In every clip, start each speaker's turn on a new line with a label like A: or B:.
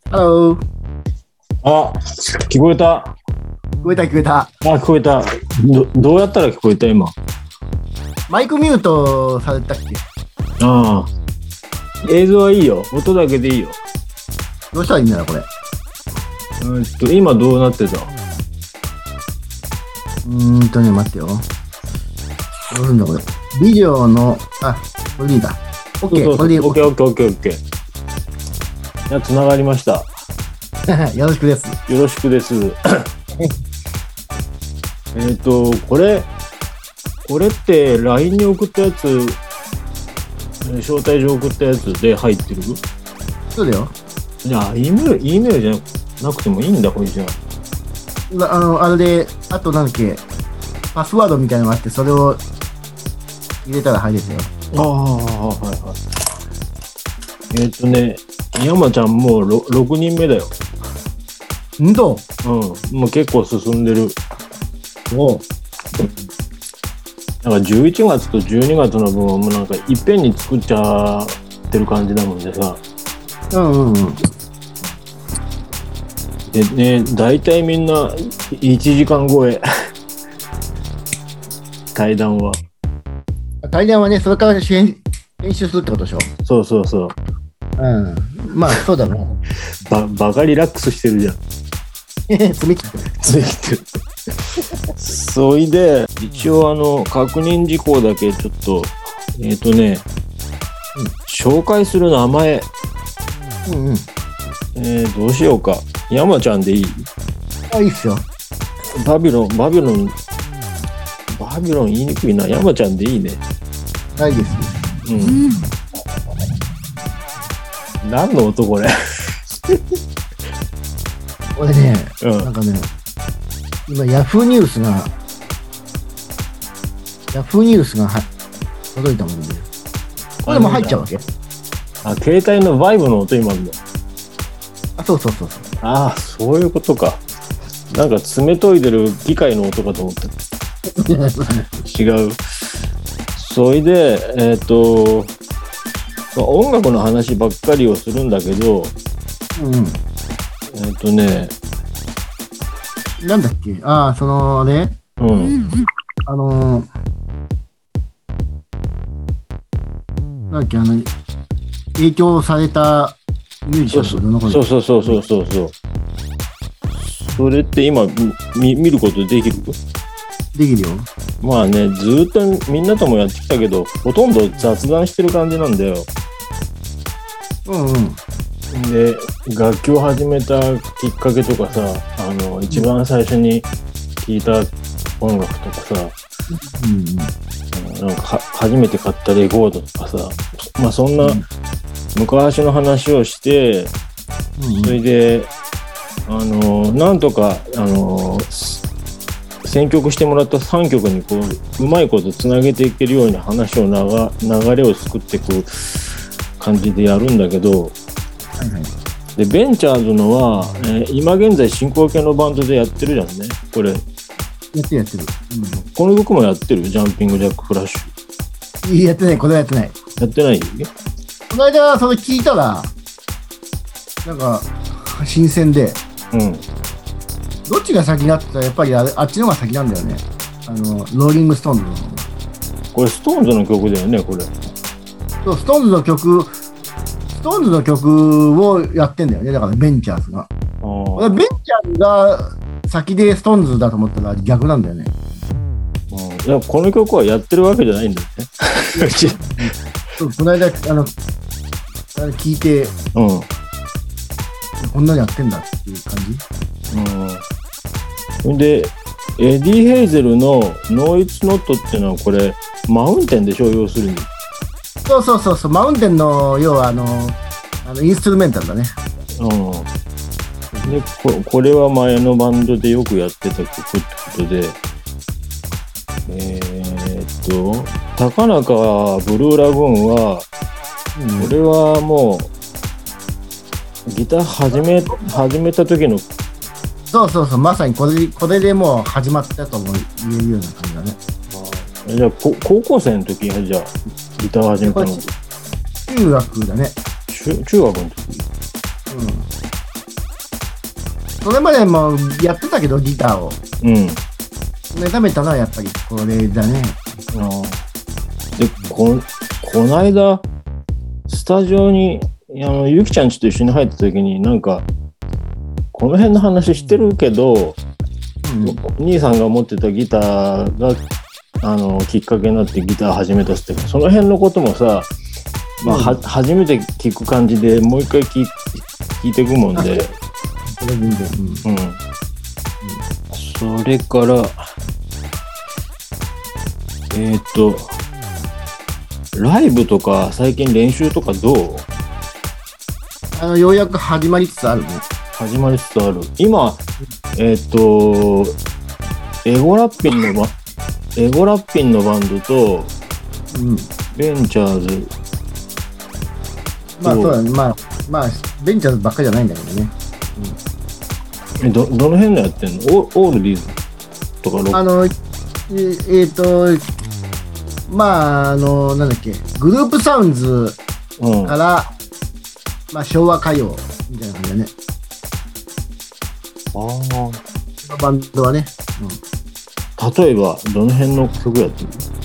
A: ハロー。
B: あ、聞こえた。
A: 聞こえた聞こえた。
B: あ、聞こえた。どうやったら聞こえた今。
A: マイクミュートされたっけ？
B: ああ。映像はいいよ。音だけでいいよ。
A: どうしたらいいんだろこれ。
B: 今どうなってた？
A: 待ってよ。どうするんだこれ。ビデオの、これでいいか。オッケー、これでいい。
B: オッケー。じゃあ、繋がりました。
A: よろしくです。
B: よろしくです。これって LINE に送ったやつ、招待状送ったやつで入ってる？
A: そうだよ。
B: じゃあ、E メールじゃなくてもいいんだ、これじゃあ。
A: あれで、あとなんだっけ、パスワードみたいなのがあって、それを入れたら入れたよ。
B: はいはい。山ちゃんもう6人目だよ。
A: んど
B: もう結構進んでる。
A: おう。
B: なんか11月と12月の分はもうなんかいっぺんに作っちゃってる感じなもんでさ。でね、大体みんな1時間超え。対談は。
A: 対談はね、それから編集するってことでしょ。
B: そう。
A: まあ、そうだろ
B: う。バカリラックスしてるじゃん。
A: 積み切ってる。
B: そいで、一応確認事項だけちょっと、紹介する名前。どうしようか。山ちゃんでいい？
A: いいっすよ。
B: バビロン言いにくいな。山ちゃんでいいね。
A: いいです。
B: 何の音これ？
A: 俺ね、なんかね、今ヤフーニュースが届いたもんで、これも入っちゃうわけ？
B: 携帯のバイブの音今の。
A: そう。
B: そういうことか。なんか爪研いでる機械の音かと思った。違う。それで、音楽の話ばっかりをするんだけど、
A: なんだっけ？なんだっけ、影響されたミュージシャンのどの子？
B: そう。それって今見ることできる？
A: できるよ。
B: まあね、ずーっとみんなともやってきたけど、ほとんど雑談してる感じなんだよ。で、楽器を始めたきっかけとかさ、一番最初に聴いた音楽とかさ、なんか初めて買ったレコードとかさ、まあそんな昔の話をして、それでなんとか選曲してもらった3曲にこうまいことつなげていけるように話を流れを作っていく感じでやるんだけど、でベンチャーズのは、今現在進行形のバンドでやってるじゃんね。これや
A: ってる、
B: この曲もやってる？ジャンピングジャックフラッシュ。
A: やってない。これやってない。
B: やってない？
A: この間それ聞いたらなんか新鮮で、どっちが先だったらやっぱりあっちの方が先なんだよね。ローリングストーンズの。こ
B: れストーンズの曲だよね、これ。
A: そう、ストーンズの曲をやってんだよね。だからベンチャーズが。ベンチャーズが先でストーンズだと思ったら逆なんだよね。
B: いや、この曲はやってるわけじゃないんだよね。
A: この間聞いて、こんなにやってんだっていう感
B: じ。で、エディ・ヘイゼルのノー・イッツ・ノットっていうのはこれマウンテンでしょ、要するに。
A: そう、マウンテンの要はインストゥルメンタルだね。
B: でこれは前のバンドでよくやってた曲ってことで、高中ブルーラグーンは、これはもうギター始めた時の。
A: そう、まさにこれでもう始まったとも言えるような感じだね。
B: じゃあ高校生の時じゃあギター始めたの？
A: 中学だね。
B: 中学の時。
A: それまでもやってたけど、ギターを。
B: うん。
A: 目覚めたのはやっぱりこれだね。
B: で、この間、スタジオに、ゆきちゃんちと一緒に入った時に、なんか、この辺の話してるけど、兄さんが持ってたギターが、きっかけになってギター始めたって、その辺のこともさ、まあ、初めて聞く感じでもう一回聞いていくもんで。それから、ライブとか最近練習とかど
A: う？ようやく始まりつつあるね。
B: 始まりつつある。今、エゴラッピンのバンドと、ベンチャーズ。
A: まあそうだね。まあベンチャーズばっかりじゃないんだけどね。
B: どの辺のやってんの？オールディーズとか
A: まあなんだっけ、グループサウンズから、まあ昭和歌謡みたいな感じだね。バンドはね。
B: 例えばどの辺の曲やって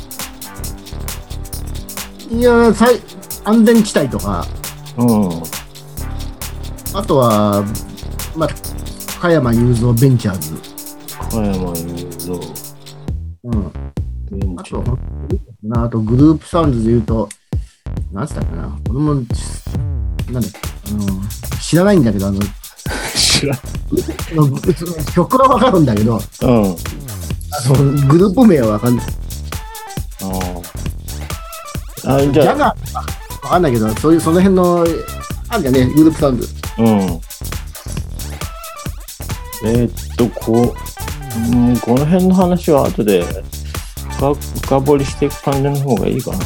B: る？
A: いや、安全地帯とか。あとはまあ加山雄三ベンチャーズ。
B: 加山雄三。
A: あとグループサウンズで言うと、なんつったかな、俺もなんだっけ、知らないんだけど、
B: 知らん
A: 曲はわかるんだけど、グループ名はわかんない。じゃあわかんないけど、その辺のあるんだよね、グループサウンズ。
B: この辺の話は後で深掘りしていく感じの方がいいかな。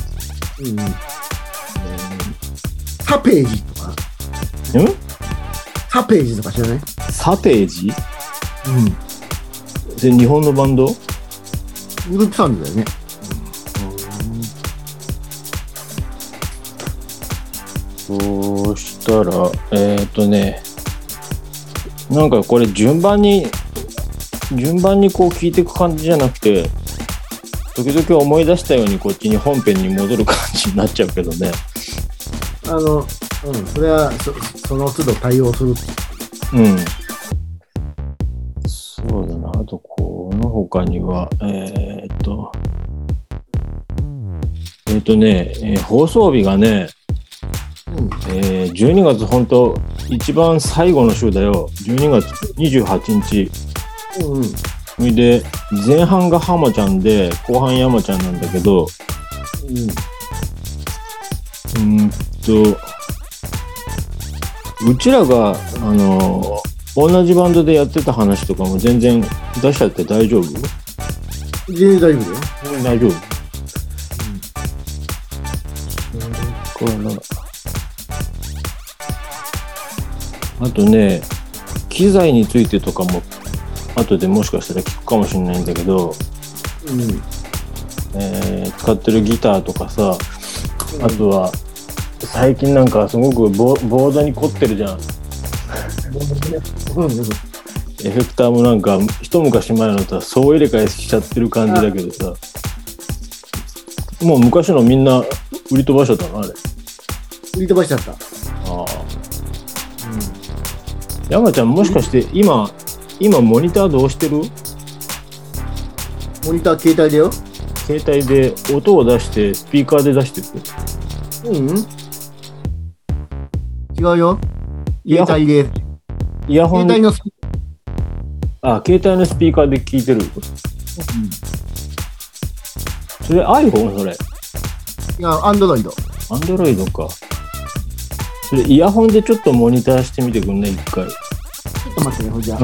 A: サページとか。サページとか知らない？
B: サページ？で、日本のバンド？
A: グループサウンドだよね。
B: そうしたら、なんかこれ順番にこう聞いていく感じじゃなくて、時々思い出したようにこっちに本編に戻る感じになっちゃうけどね。
A: それはその都度対応する。
B: そうだな。あとこの他には放送日がね、12月本当一番最後の週だよ。12月28日。それで前半が浜ちゃんで後半山ちゃんなんだけど、うちらが同じバンドでやってた話とかも全然出しちゃって大丈夫？
A: 全然大丈夫だよ。
B: 大丈夫。それからあとね、機材についてとかも後でもしかしたら聞くかもしれないんだけど、使ってるギターとかさ、あとは最近なんかすごくボードに凝ってるじゃん。エフェクターもなんか一昔前のとは総入れ替えしちゃってる感じだけどさ、もう昔のみんな売り飛ばしちゃったの？あれ
A: 売り飛ばしちゃった。
B: 山ちゃんもしかして今モニターどうしてる？
A: モニター携帯だよ。
B: 携帯で音を出してスピーカーで出してる？
A: 違うよ。携帯で。
B: イヤホンで。
A: 携
B: 帯のスピーカーで聞いてる。それ iPhone？ それ。
A: いや、Android
B: か。それイヤホンでちょっとモニターしてみてくんね、一回。
A: ちょっと待ってね、ほいじゃ。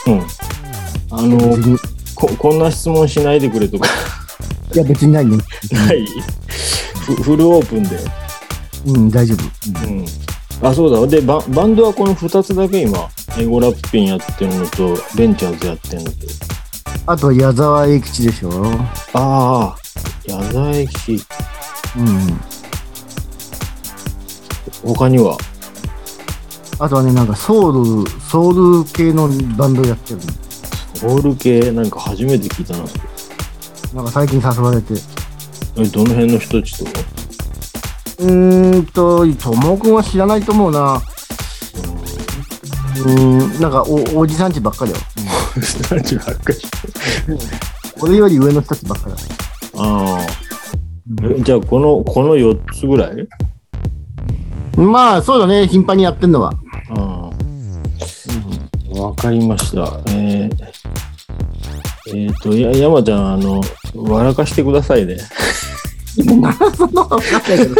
B: こんな質問しないでくれとか。
A: いや、別にないね。
B: ない？フルオープンで。
A: 大丈夫。
B: そうだ。で、バンドはこの2つだけ今、エゴラッピンやってるのと、ベンチャーズやってるのと。
A: あと、矢沢永吉でしょ。
B: 矢沢永吉。他には？
A: あとはね、なんかソウル系のバンドやってるの。
B: ソウル系なんか初めて聞いたな。
A: なんか最近誘われて。
B: どの辺の人たちと？
A: ともくんは知らないと思うな。なんかおじさんちばっかりよ。
B: おじさんちばっかり。
A: 俺より上の人たちばっかりだ。
B: ああ。じゃあこの4つぐらい？
A: まあそうだね、頻繁にやってんのは。
B: ああ。わかりました。山ちゃん、笑かしてくださいね。
A: そんなこと分かんないけど。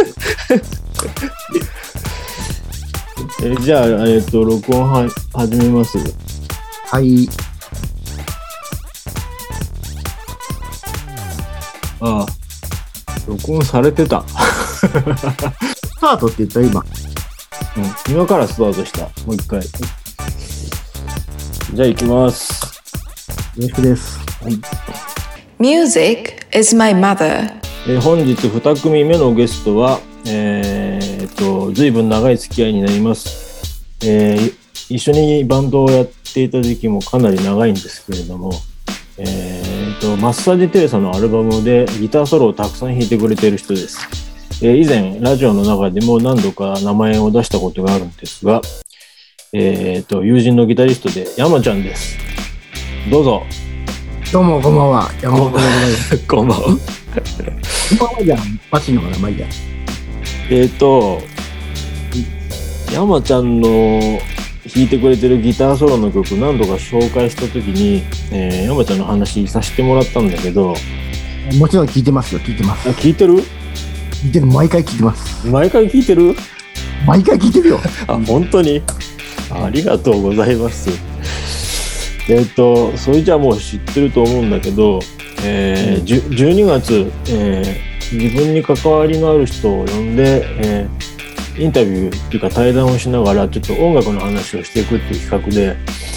B: じゃあ、録音始めます。
A: はい。
B: ああ、録音されてた。
A: スタートって言った今。
B: 今からスタートした。もう一回。じゃあ行きます。
A: よろしくです。
B: はい。
C: Music is my mother。
B: 本日2組目のゲストは、随分長い付き合いになります。一緒にバンドをやっていた時期もかなり長いんですけれども、マッサージテレサのアルバムでギターソロをたくさん弾いてくれている人です。以前ラジオの中でも何度か名前を出したことがあるんですが、友人のギタリストで山ちゃんです。どうぞ。
A: どうもこんばんは。山本でございます。
B: こんばんは。
A: こんばんはじゃん。おかしいのかな、まあいいや。
B: 山ちゃんの弾いてくれてるギターソロの曲何度か紹介したときに、山ちゃんの話させてもらったんだけど。
A: もちろん聞いてますよ、聞いてます。
B: あ、聞いてる？
A: 聞いてる、毎回聞いてます。
B: 毎回聞いてる？
A: 毎回聞いてるよ。
B: あ、本当に？ありがとうございます。それじゃあもう知ってると思うんだけど、12月、自分に関わりのある人を呼んで、インタビューっていうか対談をしながらちょっと音楽の話をしていくっていう企画で、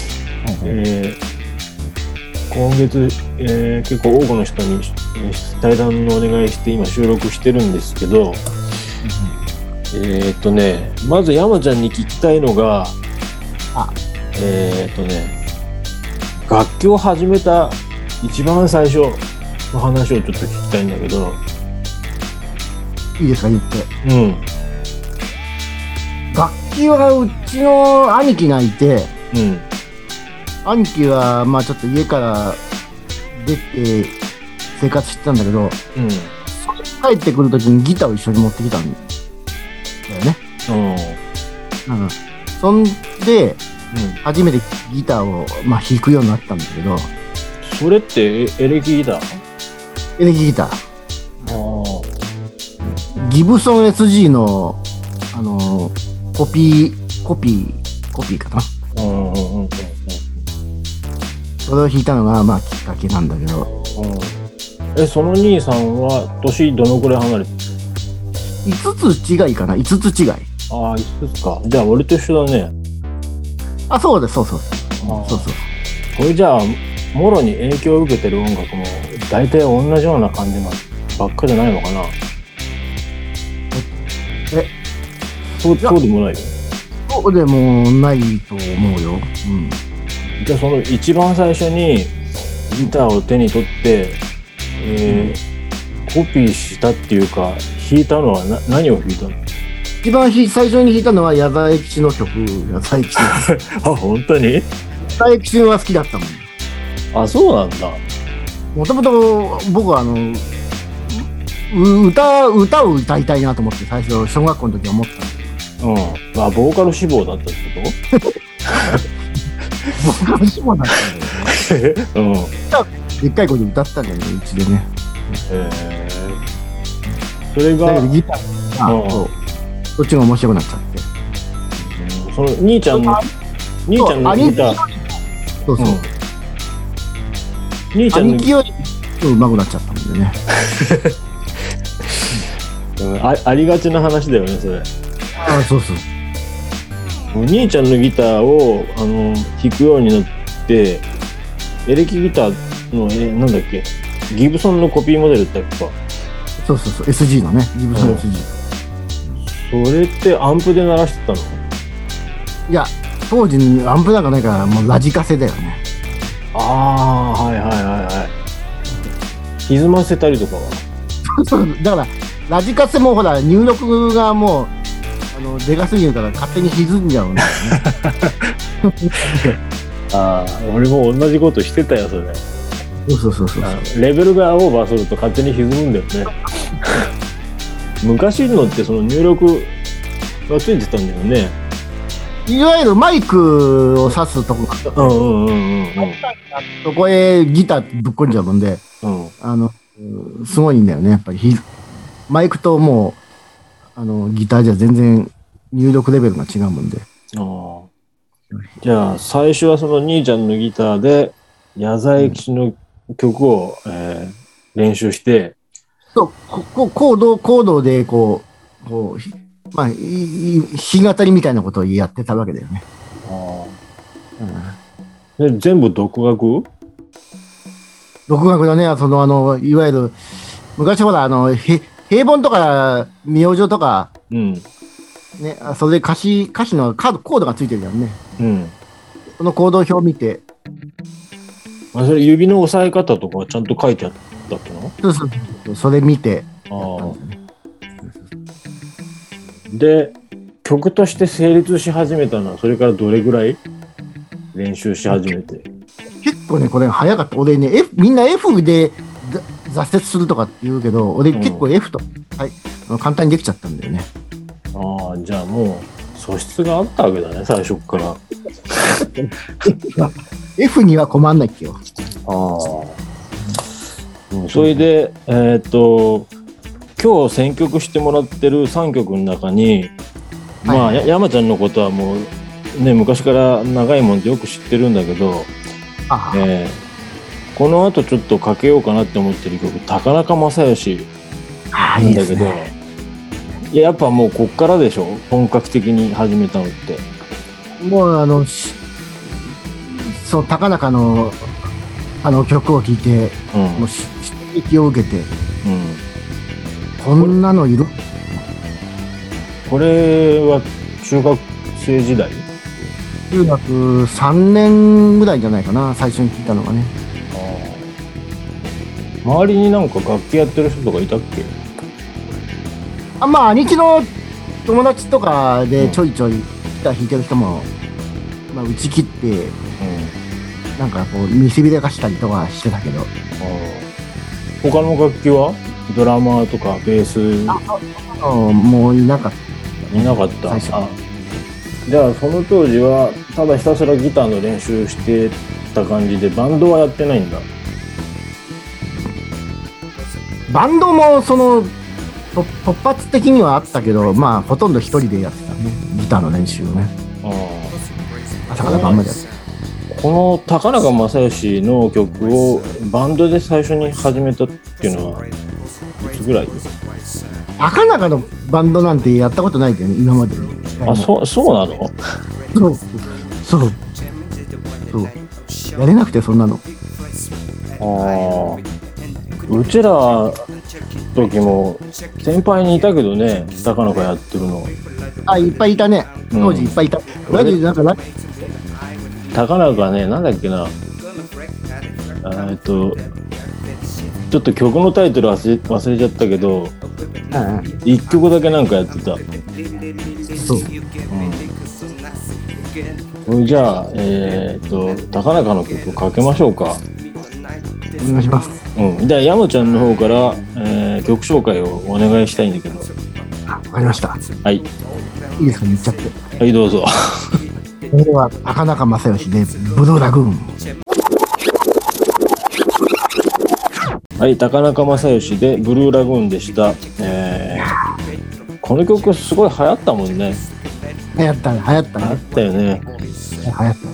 B: 今月、結構多くの人に、対談のお願いして今収録してるんですけど、まず山ちゃんに聞きたいのが、楽器を始めた一番最初の話をちょっと聞きたいんだけど。
A: いいですか、言って。楽器はうちの兄貴がいて、兄貴はまあちょっと家から出て生活してたんだけど、帰ってくるときにギターを一緒に持ってきたんだよね。そんで、初めてギターを、まあ、弾くようになったんだけど。
B: それってエレキギター？
A: エレキギター。ギブソン SG のコピーかな。それを弾いたのがまあきっかけなんだけど。
B: その兄さんは年どのくらい離れてる
A: ？5つ違いかな。5つ違い。
B: 5つか。じゃあ俺と一緒だね。
A: そうです、そう。
B: これじゃあもろに影響を受けてる音楽も大体同じような感じばっかじゃないのかな。そうでもないよ。
A: そうでもないと思うよ。
B: じゃあその一番最初にギターを手に取って、コピーしたっていうか弾いたのは何を弾いたの？
A: 一番最初に弾いたのは矢沢永吉の曲。矢沢永吉。
B: 本当に？
A: 矢沢永吉は好きだったもん。
B: そうなんだ。
A: もともと僕は歌を歌いたいなと思って最初小学校の時は思ったんだけど。
B: ボーカル志望だったってこと？
A: ボーカル志望だったんだけどね。でっかい声で歌ったんだよね、うちでね。
B: それが
A: ギターそっちが面白くなっちゃって。
B: その兄ちゃんのギター。
A: そう。
B: 兄ちゃんの
A: 兄貴より上手くなっちゃったんでね。
B: ありがちな話だよね、それ。
A: そう。
B: お兄ちゃんのギターを弾くようになって、エレキギターのなんだっけ、ギブソンのコピーモデルってやつか。
A: そう SG のね、ギブソン SG。
B: それってアンプで鳴らしてたの？
A: いや、当時にアンプなんかないからもうラジカセだよね。
B: ああ、はいはいはいはい。歪ませたりとかは。
A: だからラジカセもほら入力がもうでかすぎるから勝手に歪んじゃうんだよね。
B: ああ、俺も同じことしてたよそれ。
A: そう。
B: レベルがオーバーすると勝手に歪むんだよね。昔のってその入力がついてたんだよね。
A: いわゆるマイクを挿すとこがそこへギターぶっこんじゃうもんで、すごいんだよねやっぱり。マイクともうギターじゃ全然入力レベルが違うもんで。
B: じゃあ最初はその兄ちゃんのギターで矢沢永吉の曲を、練習して、
A: そうコードでこうまあ弾き語りみたいなことをやってたわけだよね。
B: で全部独学
A: だね。いわゆる昔ほら平凡とか明星とか、ね、それで歌詞のコードがついてるじゃんね。そのコード表を見て、
B: それ指の押さえ方とかちゃんと書いてあったっての？
A: そうそれ見て
B: で曲として成立し始めたのはそれからどれぐらい練習し始めて？
A: 結構ねこれ早かった。俺ね、みんな F で挫折するとかって言うけど、俺結構 F と、簡単にできちゃったんだよね。
B: じゃあもう素質があったわけだね最初から。
A: F には困んないっけよ。
B: それで今日選曲してもらってる3曲の中に、山ちゃんのことはもうね昔から長いもんでよく知ってるんだけど、この後ちょっとかけようかなって思ってる曲高中正義なんだけど、やっぱもうこっからでしょ本格的に始めたのって。
A: もうそう高中の曲を聴いて、もう刺激を受けて、こんなのいる？
B: これは中学生時代？
A: 中学3年ぐらいじゃないかな、最初に聴いたのがね。
B: 周りになんか楽器やってる人とかいたっけ？
A: 兄貴の友達とかでちょいちょいギター弾いてる人も、打ち切って、なんかこう見せびらかしたりとかしてたけど。
B: 他の楽器はドラマーとかベース？
A: もういなかった、
B: ね。いなかった。じゃあその当時はただひたすらギターの練習してた感じでバンドはやってないんだ？
A: バンドも突発的にはあったけど、ほとんど一人でやってたね、ギターの練習をね。朝から晩までやってた。
B: この高中正義の曲をバンドで最初に始めたっていうのはいつぐらい？
A: 高中のバンドなんてやったことないんだよね今までに。
B: そうなの？
A: そうやれなくてそんなの。
B: うちら時も先輩にいたけどね、高中やってるの。
A: いっぱいいたね。当時いっぱいいた。
B: 高中ね、なんだっけな、ちょっと曲のタイトル忘れちゃったけど、1曲だけなんかやってた。
A: そう。
B: じゃあ高中の曲かけましょうか。
A: お願いします。
B: じゃあ山ちゃんの方から、曲紹介をお願いしたいんだけど。
A: わかりました。
B: はい。
A: いいですか、言っちゃって。
B: はい、どうぞ。
A: これは高中正義でブルーラグーン。
B: はい、高中正義でブルーラグーンでした。この曲すごい流行ったもんね。
A: 流行ったね。
B: 流行ったよね。
A: 流行った。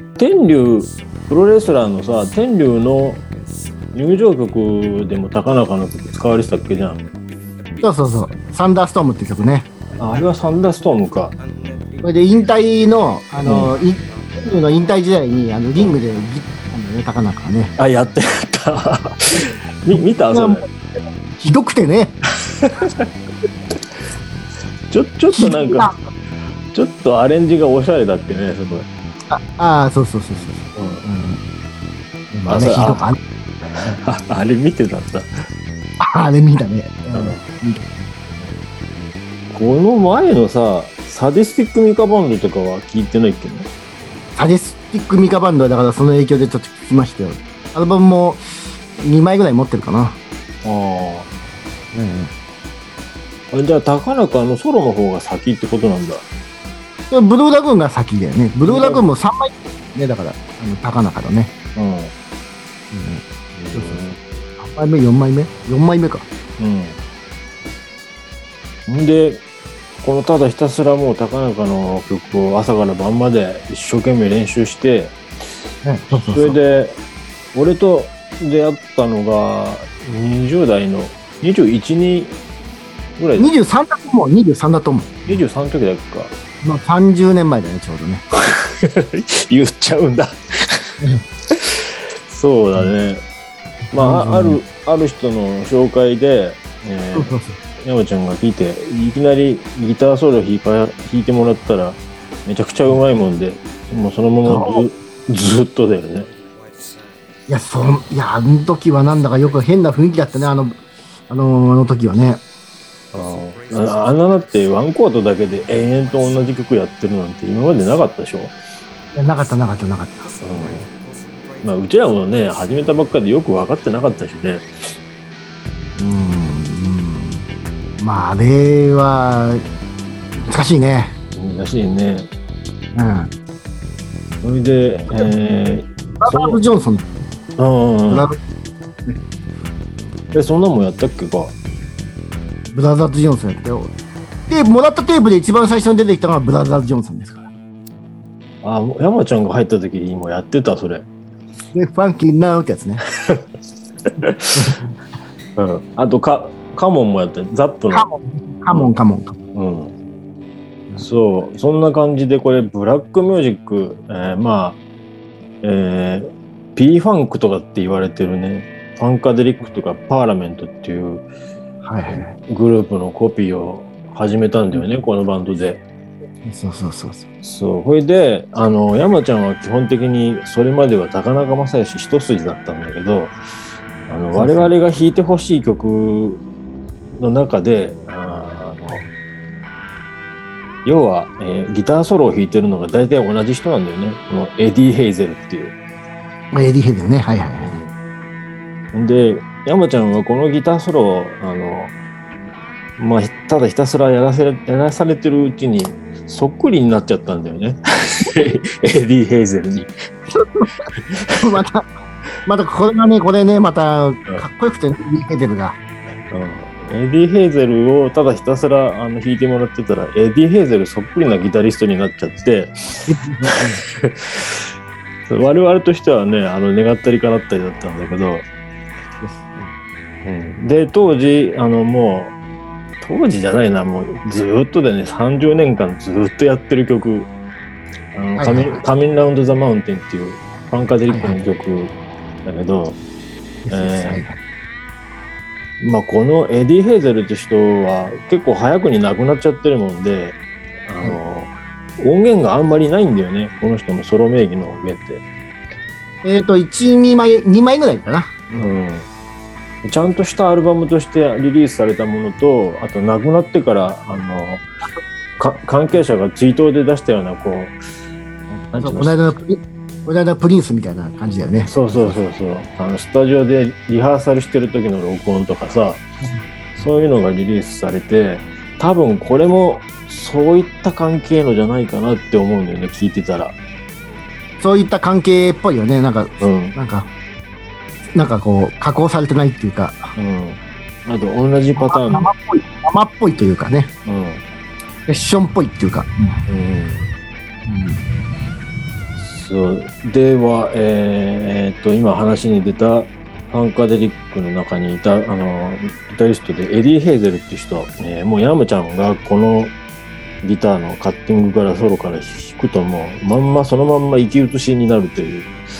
B: 天竜プロレスラーのさ、天竜の入場曲でも高中の曲使われてたっけじゃん。
A: そうサンダーストームって曲ね。
B: あれはサンダーストームか。
A: それで引退の天竜の引退時代にリングで高中はね。
B: やった見たそれ。
A: ひどくてね。
B: ちょっとなんかちょっとアレンジがおしゃれだってね、すごい。
A: そうそう。
B: あ、
A: ね、
B: あれ見てたんだ。
A: あれ見たね。
B: この前のさ、サディスティックミカバンドとかは聞いてないっけね。
A: サディスティックミカバンドはだからその影響でちょっと聞きましたよ。アルバムも2枚ぐらい持ってるかな。
B: じゃあ高中のソロの方が先ってことなんだ。
A: ブルーラグーンが先だよね。ブルーラグーンも3枚ね、だから高中だね。3枚目4枚目4枚目か。
B: んでこのただひたすらもう高中の曲を朝から晩まで一生懸命練習して、それで俺と出会ったのが20代の21、2ぐらい
A: 23だと思う。23だと思う。
B: 23の時だっけか。
A: まあ30年前だね、ちょうどね。
B: 言っちゃうんだ。そうだね。まあ、ある人の紹介で、山ちゃんが聞いて、いきなりギターソロ弾いてもらったら、めちゃくちゃうまいもんで、もうそのままずっとだよね。
A: いや、あの時はなんだかよく変な雰囲気だったね、あの時はね。
B: あんなだってワンコートだけで延々と同じ曲やってるなんて今までなかったでしょ。
A: いや、なかった。まあ、
B: うちらもね、始めたばっかでよく分かってなかったしね。
A: まあ、あれは難しいね。
B: 難しいね。それで、
A: ブラザーズ・ジョンソン。
B: そんなもんやったっけか。
A: ブラザーズ・ジョンソンやったよ。で、もらったテープで一番最初に出てきたのがブラザーズ・ジョンソンですから。
B: 山ちゃんが入った時にもうやってた、それ。
A: ファンキーナウってやつね。
B: あとカモンもやって、ザップの。
A: カモン。
B: そう、そんな感じで、これ、ブラックミュージック、P ファンクとかって言われてるね、ファンカデリックとかパーラメントっていうグループのコピーを始めたんだよね、このバンドで。そう、これで、山ちゃんは基本的にそれまでは高中正義一筋だったんだけど、我々が弾いてほしい曲の中で、要は、ギターソロを弾いてるのが大体同じ人なんだよね。このエディ・ヘイゼルっていう。
A: エディ・ヘイゼルね。
B: で、山ちゃんはこのギターソロを、ただひたすらやらされてるうちにそっくりになっちゃったんだよね。エディ・ヘイゼルに。
A: またこれね、またかっこよくて、エディ・ヘイゼルが。
B: エディ・ヘイゼルをただひたすら弾いてもらってたら、エディ・ヘイゼルそっくりなギタリストになっちゃって我々としてはね、願ったり叶ったりだったんだけど、で当時もう当時じゃないな、もうずっとでね、30年間ずっとやってる曲、カミンラウンド・ザ・マウンテンっていうファンカデリックの曲だけど、このエディ・ヘイゼルって人は結構早くに亡くなっちゃってるもんで、音源があんまりないんだよね、この人のソロ名義の音源って。
A: 2枚ぐらいかな。
B: ちゃんとしたアルバムとしてリリースされたものと、あと亡くなってから関係者が追悼で出したようなこの
A: 間プリンスみたいな感じだよね。
B: そうスタジオでリハーサルしてる時の録音とかさ、そういうのがリリースされて、多分これもそういった関係のじゃないかなって思うんだよね、聞いてたら。
A: そういった関係っぽいよね。なんかこう加工されてないっていうか、
B: あと同じパターン
A: 生っぽいというかね、セッションっぽいっていうか。
B: そうでは、今話に出たファンカデリックの中にいたギタリストでエディ・ヘイゼルっていう人、もうヤムちゃんがこのギターのカッティングからソロから弾くともうそのまんま生き写しになるという、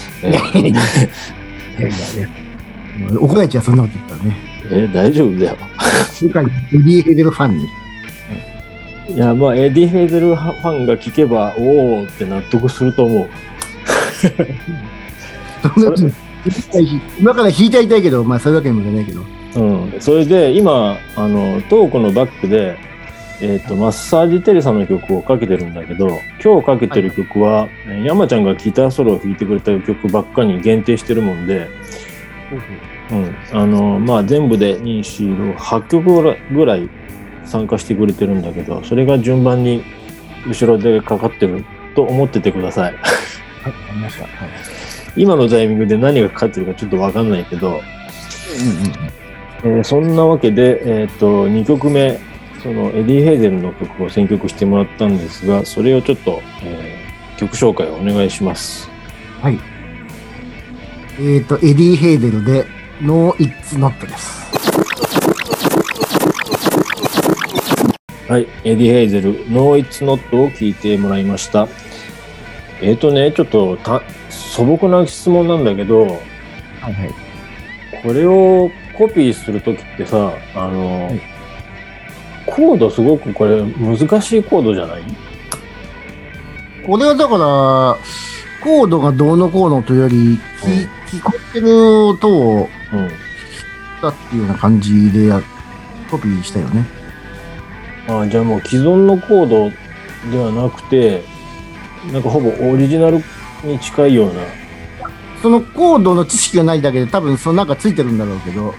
A: 怒られちゃう、そんなこと言ったらね。
B: 大丈夫だよ。
A: 世界エディ・ヘイゼルファンに。
B: いや、まあ、エディ・ヘイゼルファンが聞けば、おおって納得すると思う。
A: 今から弾いてやりたいけど、まあ、そういうわけにもいかないけど。
B: それで、今、トークのバックで、マッサージテレサの曲をかけてるんだけど、今日かけてる曲は、山ちゃんがギターソロを弾いてくれた曲ばっかに限定してるもんで、まあ、全部で2、4、8曲ぐらい参加してくれてるんだけど、それが順番に後ろでかかってると思っててください。
A: はい、わかりました。はい、
B: 今のタイミングで何がかかってるかちょっとわかんないけど、そんなわけで、2曲目、そのエディ・ヘイゼルの曲を選曲してもらったんですが、それをちょっと、曲紹介をお願いします。
A: はい。エディ・ヘイゼルで No It's Not です。
B: はい、エディ・ヘイゼル No It's Not を聴いてもらいました。ちょっと素朴な質問なんだけど、はいはい、これをコピーするときってさ、コードすごくこれ難しいコードじゃない？
A: これはだから、コードがどうのこうのというより、聞こえてる音をだっていうような感じでコピーしたよね。
B: じゃあもう既存のコードではなくて、なんかほぼオリジナルに近いような。
A: そのコードの知識がないだけで多分そのなんかついてるんだろうけど。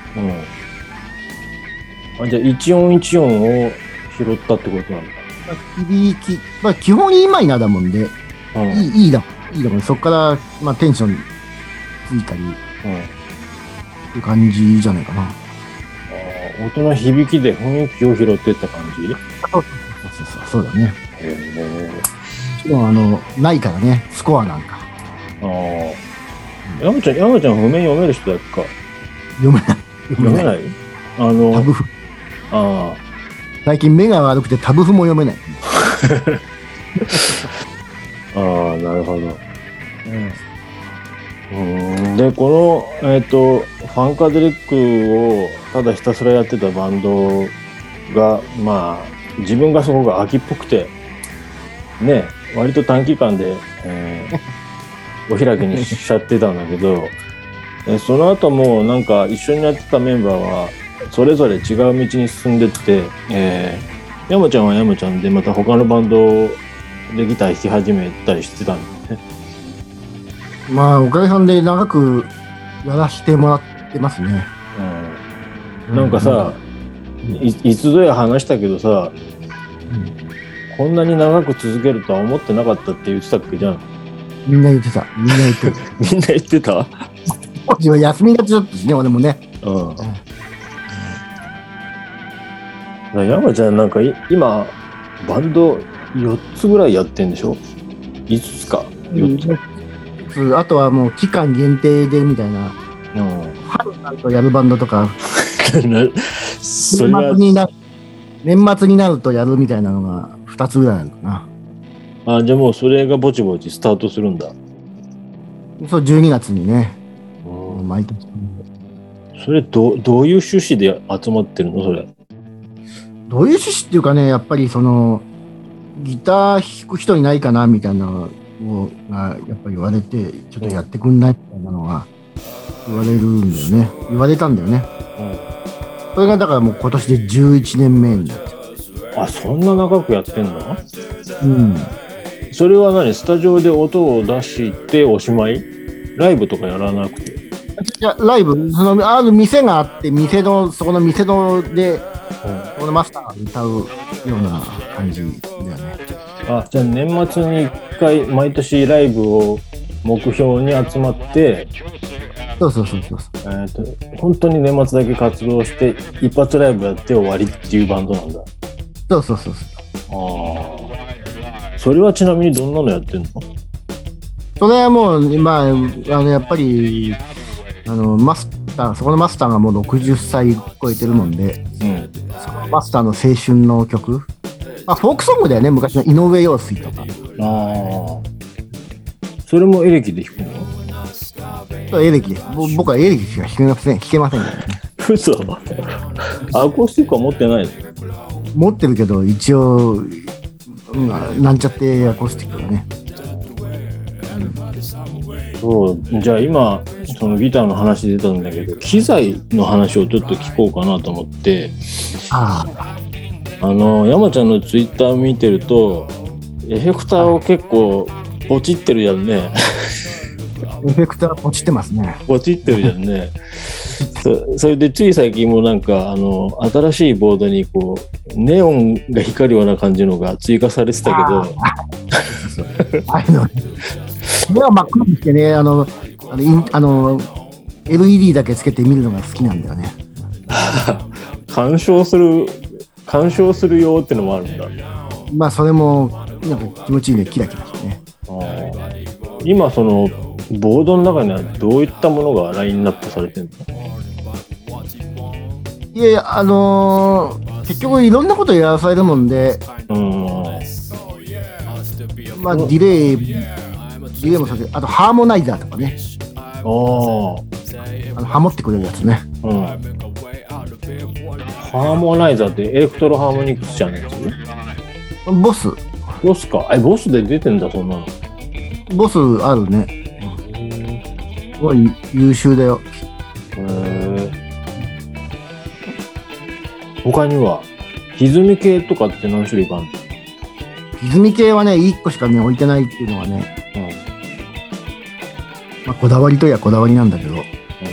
B: じゃあ一音一音を拾ったってことなんだ。
A: 響き、まあ基本 E マイナーだもんで、いいだもん。そこから、まあテンションついたり、っていう感じじゃないかな。
B: 音の響きで雰囲気を拾ってった感じ？
A: そうだね。もちろんないからね、スコアなんか。
B: 山ちゃん譜面読める人だっけか？
A: 読めない。タブ譜。最近目が悪くてタブ譜も読めない。
B: なるほど。で、この、ファンカデリックをただひたすらやってたバンドが、まあ、自分がそこが秋っぽくて、ね、割と短期間で、お開きにしちゃってたんだけど、その後もなんか一緒にやってたメンバーは、それぞれ違う道に進んでって、山ちゃんは山ちゃんでまた他のバンドでギター弾き始めたりしてたんだよね。
A: まあおかげさんで長くやらせてもらってますね。
B: なんかさ、いつぞや話したけどさ、こんなに長く続けるとは思ってなかったって言ってたっけじゃん。
A: みんな言ってた。みんな言って
B: た
A: 当時は休みがちだったしね、俺もね。
B: 山ちゃんなんか今バンド4つぐらいやってんでしょ？5つか4
A: つ。あとはもう期間限定でみたいな、春になるとやるバンドとか年末になるとやるみたいなのが2つぐらいあるか
B: な。じゃあもうそれがぼちぼちスタートするんだ。
A: そう、12月にね、毎年。
B: それどういう趣旨で集まってるの？それ
A: どういう趣旨っていうかね、やっぱりそのギター弾く人いないかなみたいなのがやっぱり言われて、ちょっとやってくんないみたいなのが言われるんだよね。言われたんだよね。それがだからもう今年で11年目になっちゃう。
B: そんな長くやってんの？それは何？スタジオで音を出しておしまい？ライブとかやらなくて？
A: いや、ライブ、ある店があって、そこの店ので、このマスターが歌うような感じだよね。
B: じゃあ年末に1回毎年ライブを目標に集まって、
A: そう。
B: 本当に年末だけ活動して一発ライブやって終わりっていうバンドなんだ。
A: そう。
B: それはちなみにどんなのやってんの？
A: それはもう、やっぱりそこのマスターがもう60歳超えてるもんで、そこのマスターの青春の曲、フォークソングだよね、昔の井上陽水とか。
B: それもエレキで弾くの？
A: エレキです。僕はエレキしか弾けませんからね。
B: 嘘？アコースティックは持ってないの？
A: 持ってるけど一応、なんちゃってアコースティックだね。
B: そうじゃあ今そのギターの話出たんだけど、機材の話をちょっと聞こうかなと思って。山ちゃんのツイッター見てるとエフェクターを結構ポチってるじゃんね。
A: エフェクターポチってますね。
B: ポチってるじゃんね。それでつい最近もなんか新しいボードにこうネオンが光るような感じのが追加されてたけど、
A: 目は真っ黒にしてね、LED だけつけて見るのが好きなんだよね。
B: 鑑賞するよってのもあるんだ。
A: まあそれもなんか気持ちいいね、キラキラしてね。
B: 今そのボードの中にはどういったものがラインナップされてるの？
A: いやいや、結局いろんなことやらされるもんで、まあディレイもさせて、あとハーモナイザーとかね。ハモってくれるやつね。
B: ハーモナイザーってエレクトロハーモニクスじゃないやつ？
A: ボス
B: か。ボスで出てんだ、そんなの。
A: ボスあるね。すごい優秀だよ。
B: 他には歪み系とかって何種類かあるの？
A: 歪み系はね、1個しかね置いてないっていうのはね、まあ、こだわりといやこだわりなんだけど、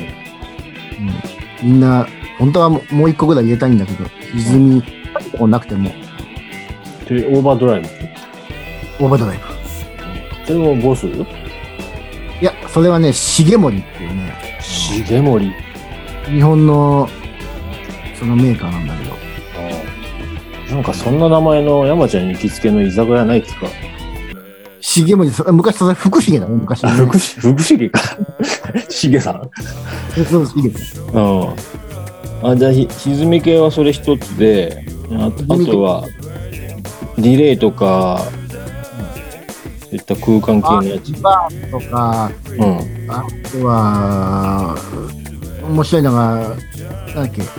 A: みんな本当はもう1個ぐらい入れたいんだけど、歪みなくても。
B: オーバードライブ？
A: オーバードライブ。
B: それもボス？
A: いや、それはね、重森っていうね。
B: 重森？
A: 日本のそのメーカーなんだけど。
B: なんかそんな名前の山ちゃん行きつけの居酒屋ないっすか？
A: 重森、昔それ福重だね、昔、ね。
B: 福重か。重さん。
A: そう、重さ
B: ん。じゃあ歪み系はそれ一つで、あとはディレイとか、そういった空間系のやつ。
A: バーとか、あとは面白いのがなんだっけ、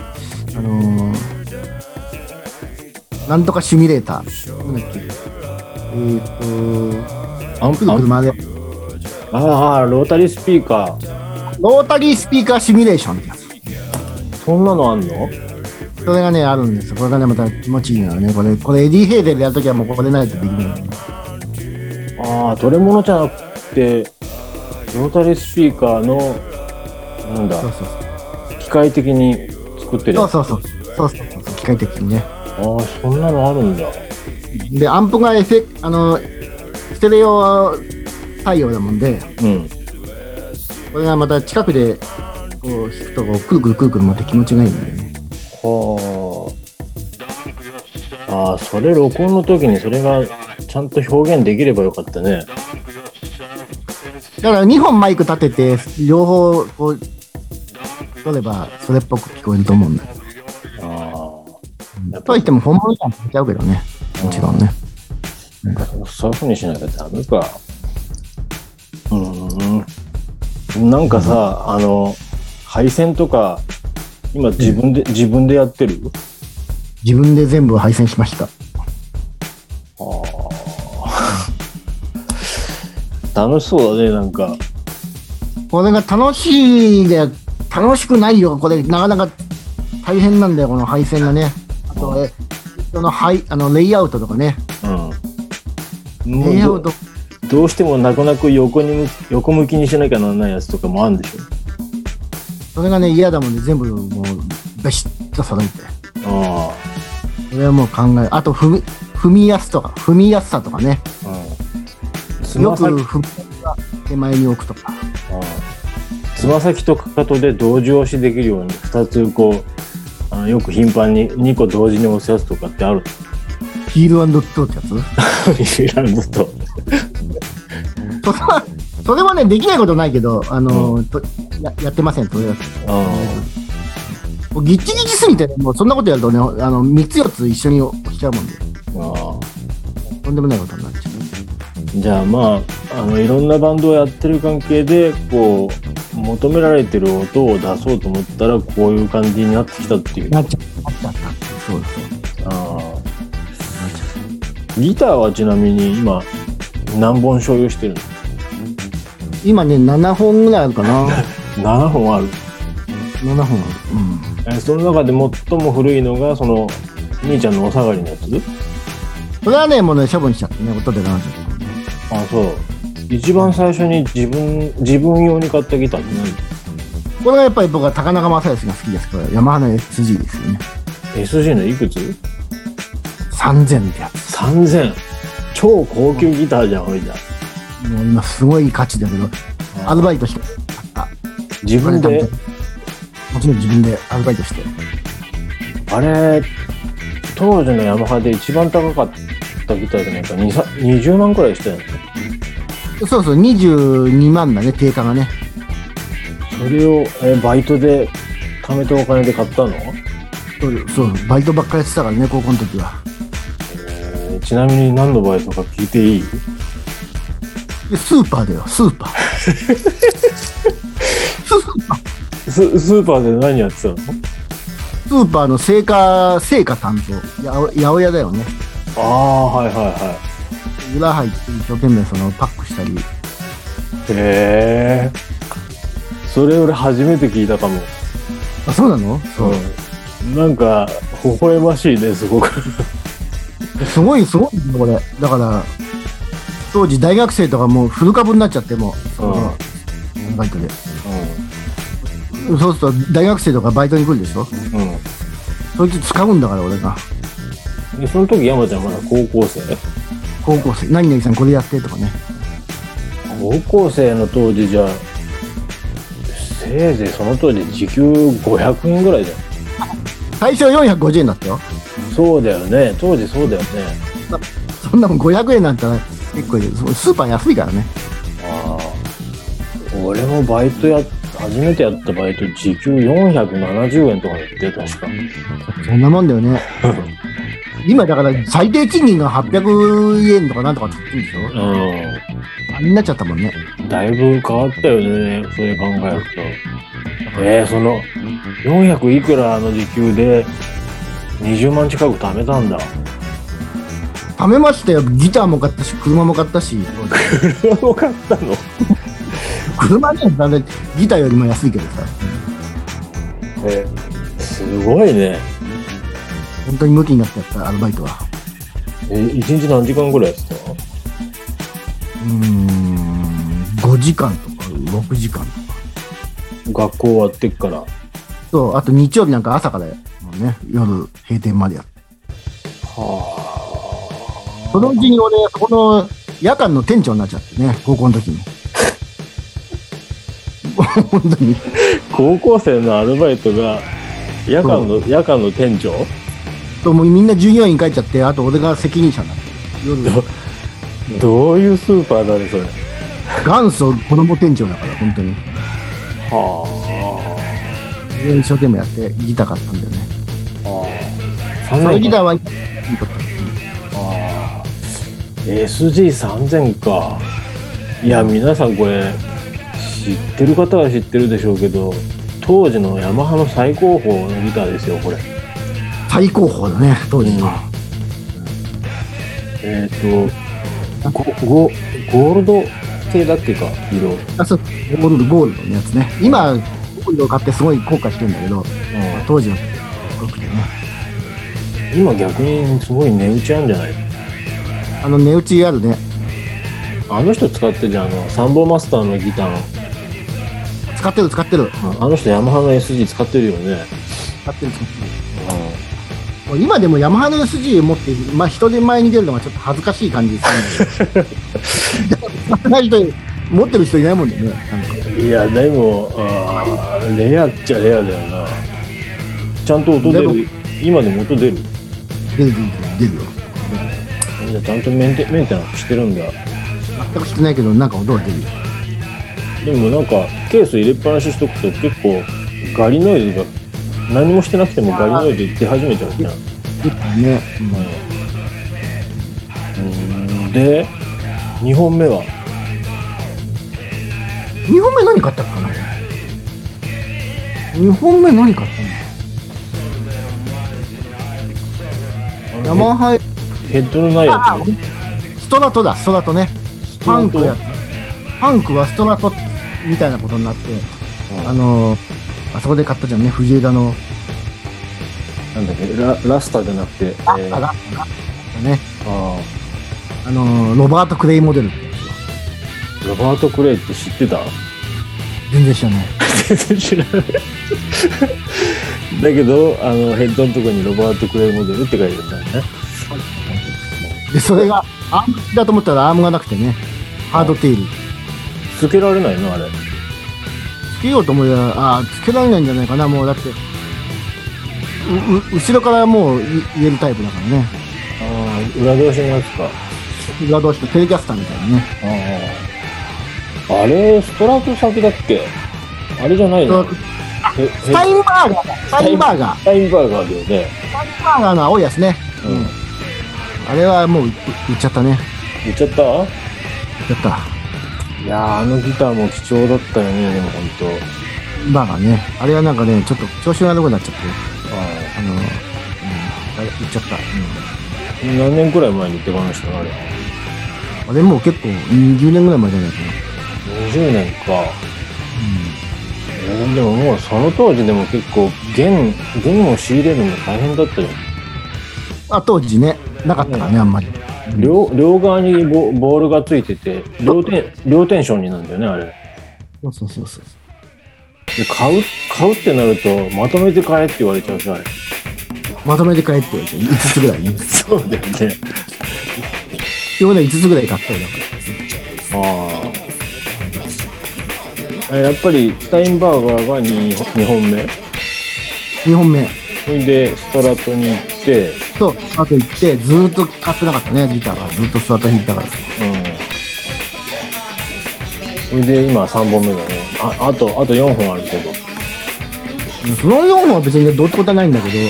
A: なんとかシミュレーター。なんだっけ。車で。
B: ロータリースピーカー。
A: ロータリースピーカーシミュレーションってやつ。
B: そんなのあんの？
A: それがね、あるんですよ。これがね、また気持ちいいのよね。これエディ・ヘイゼルやるときはもうこれないとできない、ね。
B: どれものじゃなくて、ロータリースピーカーの、なんだ、機械的に作ってるやつ。
A: そう、機械的にね。
B: そんなのあるんだ。
A: で、アンプがステレオ対応だもんで、これがまた近くでこう弾くとくるくる回って気持ちがいいんだよね。
B: それ録音の時にそれがちゃんと表現できればよかったね。
A: だから2本マイク立てて両方こう取ればそれっぽく聞こえると思うんだよ。とはいっても本物感出ちゃうけどね。もちろんね。
B: そういう風にしなきゃダメか。なんかさ、配線とか今自分でやってる？
A: 自分で全部配線しました。
B: 楽しそうだね、なんか。
A: これが楽しくないよ。これなかなか大変なんだよ、この配線がね。あとそのレイアウトとかね。レイアウト
B: どうしても泣く泣く横向きにしなきゃならないやつとかもあるんでしょ。
A: それがね嫌だもんで、全部もうベシッと揃えて。それはもう考え、あと踏みやすさとかね。よく踏みが手前に置くとか。
B: つま先とかかとで同時押しできるように2つこうよく頻繁に2個同時に押すやつとかってある？
A: ヒール&ドットってやつ？
B: ヒール&ドット。
A: それはねできないことないけど、やってません、それは。ギッチギチすぎて、もうそんなことやるとね、3つ4つ一緒にしちゃうもんで。とんでもないことになっちゃう。
B: じゃあまあいろんなバンドをやってる関係でこう求められてる音を出そうと思ったらこういう感じになってきたっていう。
A: なっちゃった。そうです。
B: ギターはちなみに今何本所有してるの？
A: 今ね、7本ぐらいあるかな。
B: 7本ある。
A: 7本ある。
B: その中で最も古いのがその兄ちゃんのお下がりのやつ？
A: それはね、もうね、処分しちゃってね、音で流しちゃった。
B: あ、そう。一番最初に自分用に買ったギターって
A: これがやっぱり僕は高中正義が好きですから、ヤマハの SG ですよね。
B: 何？ SG のいくつ
A: ？3000ってやつ。
B: 3000。超高級ギターじゃん、ほいじゃ。
A: もう今すごい価値だけど、アルバイトして買った。
B: 自分で？
A: もちろん自分でアルバイトして。
B: あれ、当時のヤマハで一番高かったギターでなんか20万くらいしたよね。
A: そうそう、22万だね、定価がね。
B: それをバイトで貯めたお金で買ったの？
A: そう、バイトばっかりやってたからね、高校の時は。
B: ちなみに何のバイトか聞いていい？
A: スーパーだよ、スーパー。
B: スーパーで何やってたの？
A: スーパーの青果担当、八百屋だよね。
B: ああ、はいはいは
A: 裏入って一生懸命そのパックしたり。
B: へえ。それ俺初めて聞いたかも。
A: あ、そうなの？そう。
B: なんか微笑ましいね、すごく。
A: すごいね、これ。だから当時大学生とかもうフル株になっちゃっても、バイトで。そうすると大学生とかバイトに来るでしょ。そいつ使うんだから俺が。
B: でその時山ちゃんまだ高校生？
A: 何々さんこれやってとかね。
B: 高校生の当時じゃせいぜいその当時時給500円ぐらいじゃん。
A: 最初450円だったよ。
B: そうだよね、当時そうだよね。
A: そんなもん500円なんて結構スーパー安いからね。
B: ああ、俺もバイト初めてやったバイト時給470円とかで言って確か。
A: そんなもんだよね。今だから最低賃金が800円とかなんとかって言ってるんでしょ。あれになっちゃったもんね。
B: だいぶ変わったよね、それ考えると。その400いくらの時給で20万近く貯めたんだ。
A: 貯めましたよ。ギターも買ったし車も買ったし。
B: 車も買ったの？
A: 車ね、だね、ギターよりも安いけどさ。
B: すごいね。
A: 本当にムキになってやったアルバイトは。
B: 1日何時間ぐらいやってたの
A: ？5時間とか6時間とか。
B: 学校終わってっから。
A: そう、あと日曜日なんか朝からね、夜閉店までやって。はあ。そのうちに俺、この夜間の店長になっちゃってね、高校の時に。本当に。
B: 高校生のアルバイトが夜間の店長？
A: もうみんな従業員帰っちゃって、あと俺が責任者になって。夜
B: どういうスーパーだねそれ。
A: 元祖子供店長だから本当に。
B: は
A: あ。一生懸命やってギター買ったんだよね。そのギターはいいこと。
B: SG3000 か。いや皆さんこれ知ってる方は知ってるでしょうけど、当時のヤマハの最高峰のギターですよこれ。
A: 最高峰だね当時の。
B: ゴールド系だっけか色。
A: あ、そう、ゴールドのやつね。今ゴールドを買ってすごい後悔してるんだけど、当時はすごくてね。
B: 今逆にすごい値打ちあるんじゃない？
A: 値打ちあるね。
B: あの人使ってるじゃん、サンボマスターのギター。
A: 使ってる。
B: あの人ヤマハの SG 使ってるよね。
A: 使ってる。今でもヤマハの SG 持って、人で前に出るのがちょっと恥ずかしい感じでするんだけど持ってる人いないもんね。
B: いやでもレアっちゃレアだよな。ちゃんと音出る？今でも音出る？
A: 出るよ。
B: じゃあちゃんとメンテナンスしてるんだ。
A: 全くしてないけどなんか音が出るよ。
B: でもなんかケース入れっぱなししとくと結構ガリノイズが何もしてなくてもガリノイズ出始めちゃうじゃん。
A: ね。
B: で2本目は
A: 2本目何買ったかな。2本目何買ったの？ヤマハ
B: ヘッドのないやつ。
A: ストラトだ、ストラトね。パンクはストラトみたいなことになって、あそこで買ったじゃんね、藤枝の。
B: なんだっけ、ラスターじゃなくて。
A: ラスタね。ロバート・クレイモデルってや
B: つ。ロバート・クレイって知ってた？
A: 全然知らない。
B: 全然知らない。だけど、ヘッドのところにロバート・クレイモデルって書いてたんだね。
A: で、それが、アームだと思ったらアームがなくてね、ハードテール。
B: つけられないのあれ。
A: つけようと思えば、つけられないんじゃないかな、もうだって、後ろからもう言えるタイプだからね。
B: 裏通しのやつか。
A: 裏通しのテレキャスターみたいなね。
B: あれ、ストラト先だっけ？あれじゃないの？
A: スタインバーガーだ。スタインバーガー。
B: スタインバーガーだよね。
A: スタインバーガーの青いやつね。あれはもう売っちゃったね。
B: 売っちゃった？
A: 売っちゃった。
B: いやー、ギターも貴重だったよね、でも本当。
A: バーガーね。あれはなんかね、ちょっと調子が悪くなっちゃって。売っちゃった。
B: 何年くらい前に手放したのあれ？
A: あれもう結構20年ぐらい前じゃないかな。
B: 20年か。でももうその当時でも結構弦を仕入れるの大変だったよ。
A: 当時ね、なかったからね、あんまり。
B: 両側にボールがついてて、両テンションになるんだよね、あれ。
A: そう。
B: で、買うってなると、まとめて買えって言われちゃうし、あれ。
A: まとめて買えって言われて、5つぐらいね。
B: そうだよね。
A: 今日ね、5つぐらい買ったよ、だから。
B: やっぱりスタインバーガーが2本目
A: 2本目。
B: それでストラトに行って、
A: そう、あと行って、ずーっと買ってなかったね、ギターが。ずっとストラト弾いてたから。
B: それで今3本目だね。あと4本あるけど。
A: その4本は別にね、どうってことはないんだけど、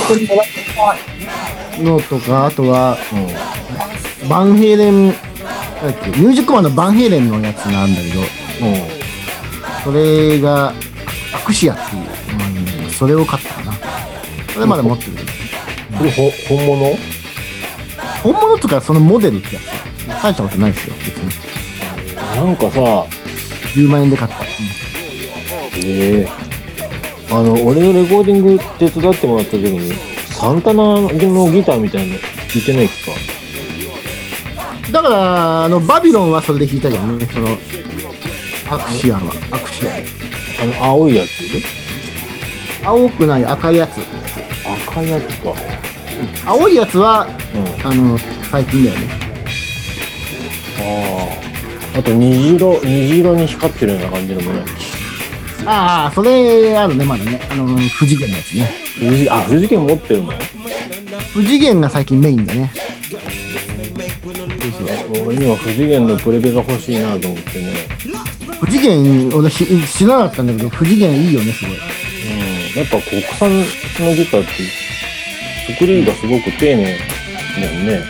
A: のとか、あとは、バンヘイレン、ミュージックマンのバンヘイレンのやつなんだけど、それが、アクシアっていう、それを買ったかな。それまだ持ってる。
B: これ本物？
A: 本物とかそのモデルってやつ。大したことないですよ、別に。
B: なんかさ、
A: 10万円で買った。
B: 俺のレコーディング手伝ってもらった時に、サンタナのギターみたいなの弾いてないっすか？
A: だから、バビロンはそれで弾いたじゃんね、その、アクシア。
B: 青いやつ？
A: 青くない赤いやつ。
B: 赤いやつか。
A: 青いやつは、最近だよね。
B: あと虹色に光ってるような感じのもね。
A: それあるね、まだね。富士源のやつね。
B: 富士源持ってるの？
A: 富士源が最近メインだね。
B: 俺には富士源のプレベが欲しいなと思ってね。
A: 富士源、俺知らなかったんだけど、富士源いいよね、すごい。
B: やっぱ国産のギターって作りがすごく丁寧だよね。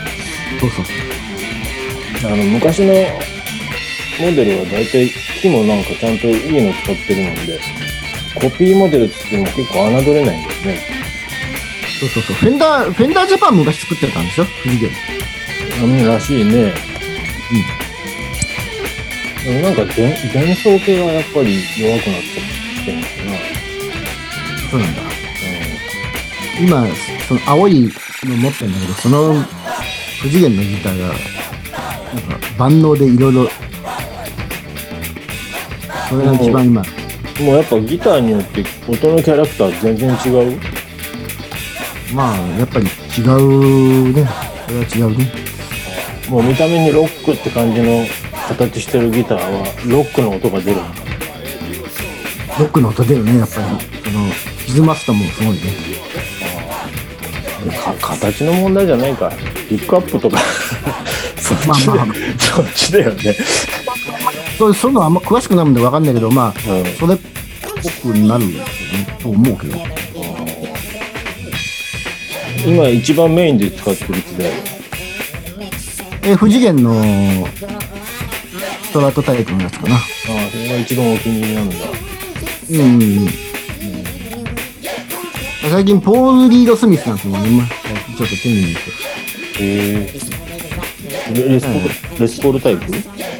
A: そう。
B: 昔のモデルは大体木もなんかちゃんといいの使ってるので、コピーモデルって言っても結構侮れないんだよね。
A: そう。フェンダージャパン昔作ってたんでしょ、富士源。
B: らしいね。でもなんか伝送系がやっぱり弱くなっちゃってるのかな。
A: そうなんだ。今、その青いの持ってるんだけど、その富士源のギターが、なんか万能でいろいろ、それが一番今。
B: もうやっぱギターによって音のキャラクター全然違う？
A: やっぱり違うね。それは違うね。
B: もう見た目にロックって感じの形してるギターはロックの音が出る。
A: ロックの音出るね、やっぱり。歪ますともすごいね。
B: 形の問題じゃないか。ピックアップとかそっちだよね。
A: そういうのはあんま詳しくないもんで分かんないけど、それっぽくなると思うけど。
B: 今一番メインで使ってる機材。
A: 富士源のストラトタイプのやつかな。
B: それが一番お気に入りなんだ。
A: 最近ポール・リード・スミスなんていうのね、ちょっと手に入れて。
B: レスポールタイプ？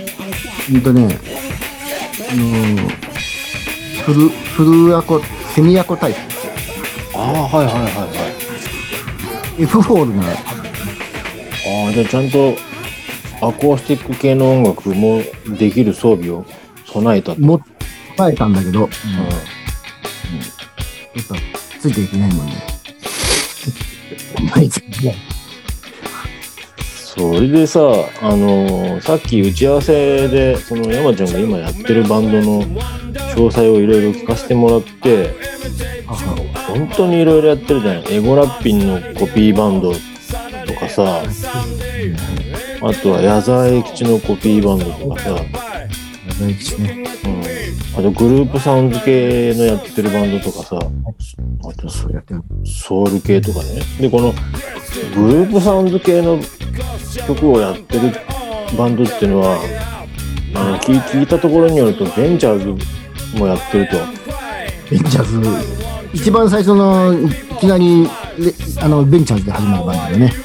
A: フルアコ、セミアコタイプ。
B: はいはいはいはい。
A: F ホールな。
B: じゃあちゃんとアコースティック系の音楽もできる装備を備えたと。
A: 備えたんだけど、やっぱついていけないもんね。
B: それでさ、さっき打ち合わせでその山ちゃんが今やってるバンドの詳細をいろいろ聞かせてもらって、本当にいろいろやってるじゃない。エゴラッピンのコピーバンドとかさ、あとは矢沢永吉のコピーバンドとかさ、矢
A: 沢永吉ね。
B: あとグループサウンズ系のやってるバンドとかさ、あとソウル系とかね。でこのグループサウンズ系の曲をやってるバンドっていうのは聞いたところによるとベンチャーズもやってると。
A: ベンチャーズ一番最初のいきなりベンチャーズで始まるバンドだね。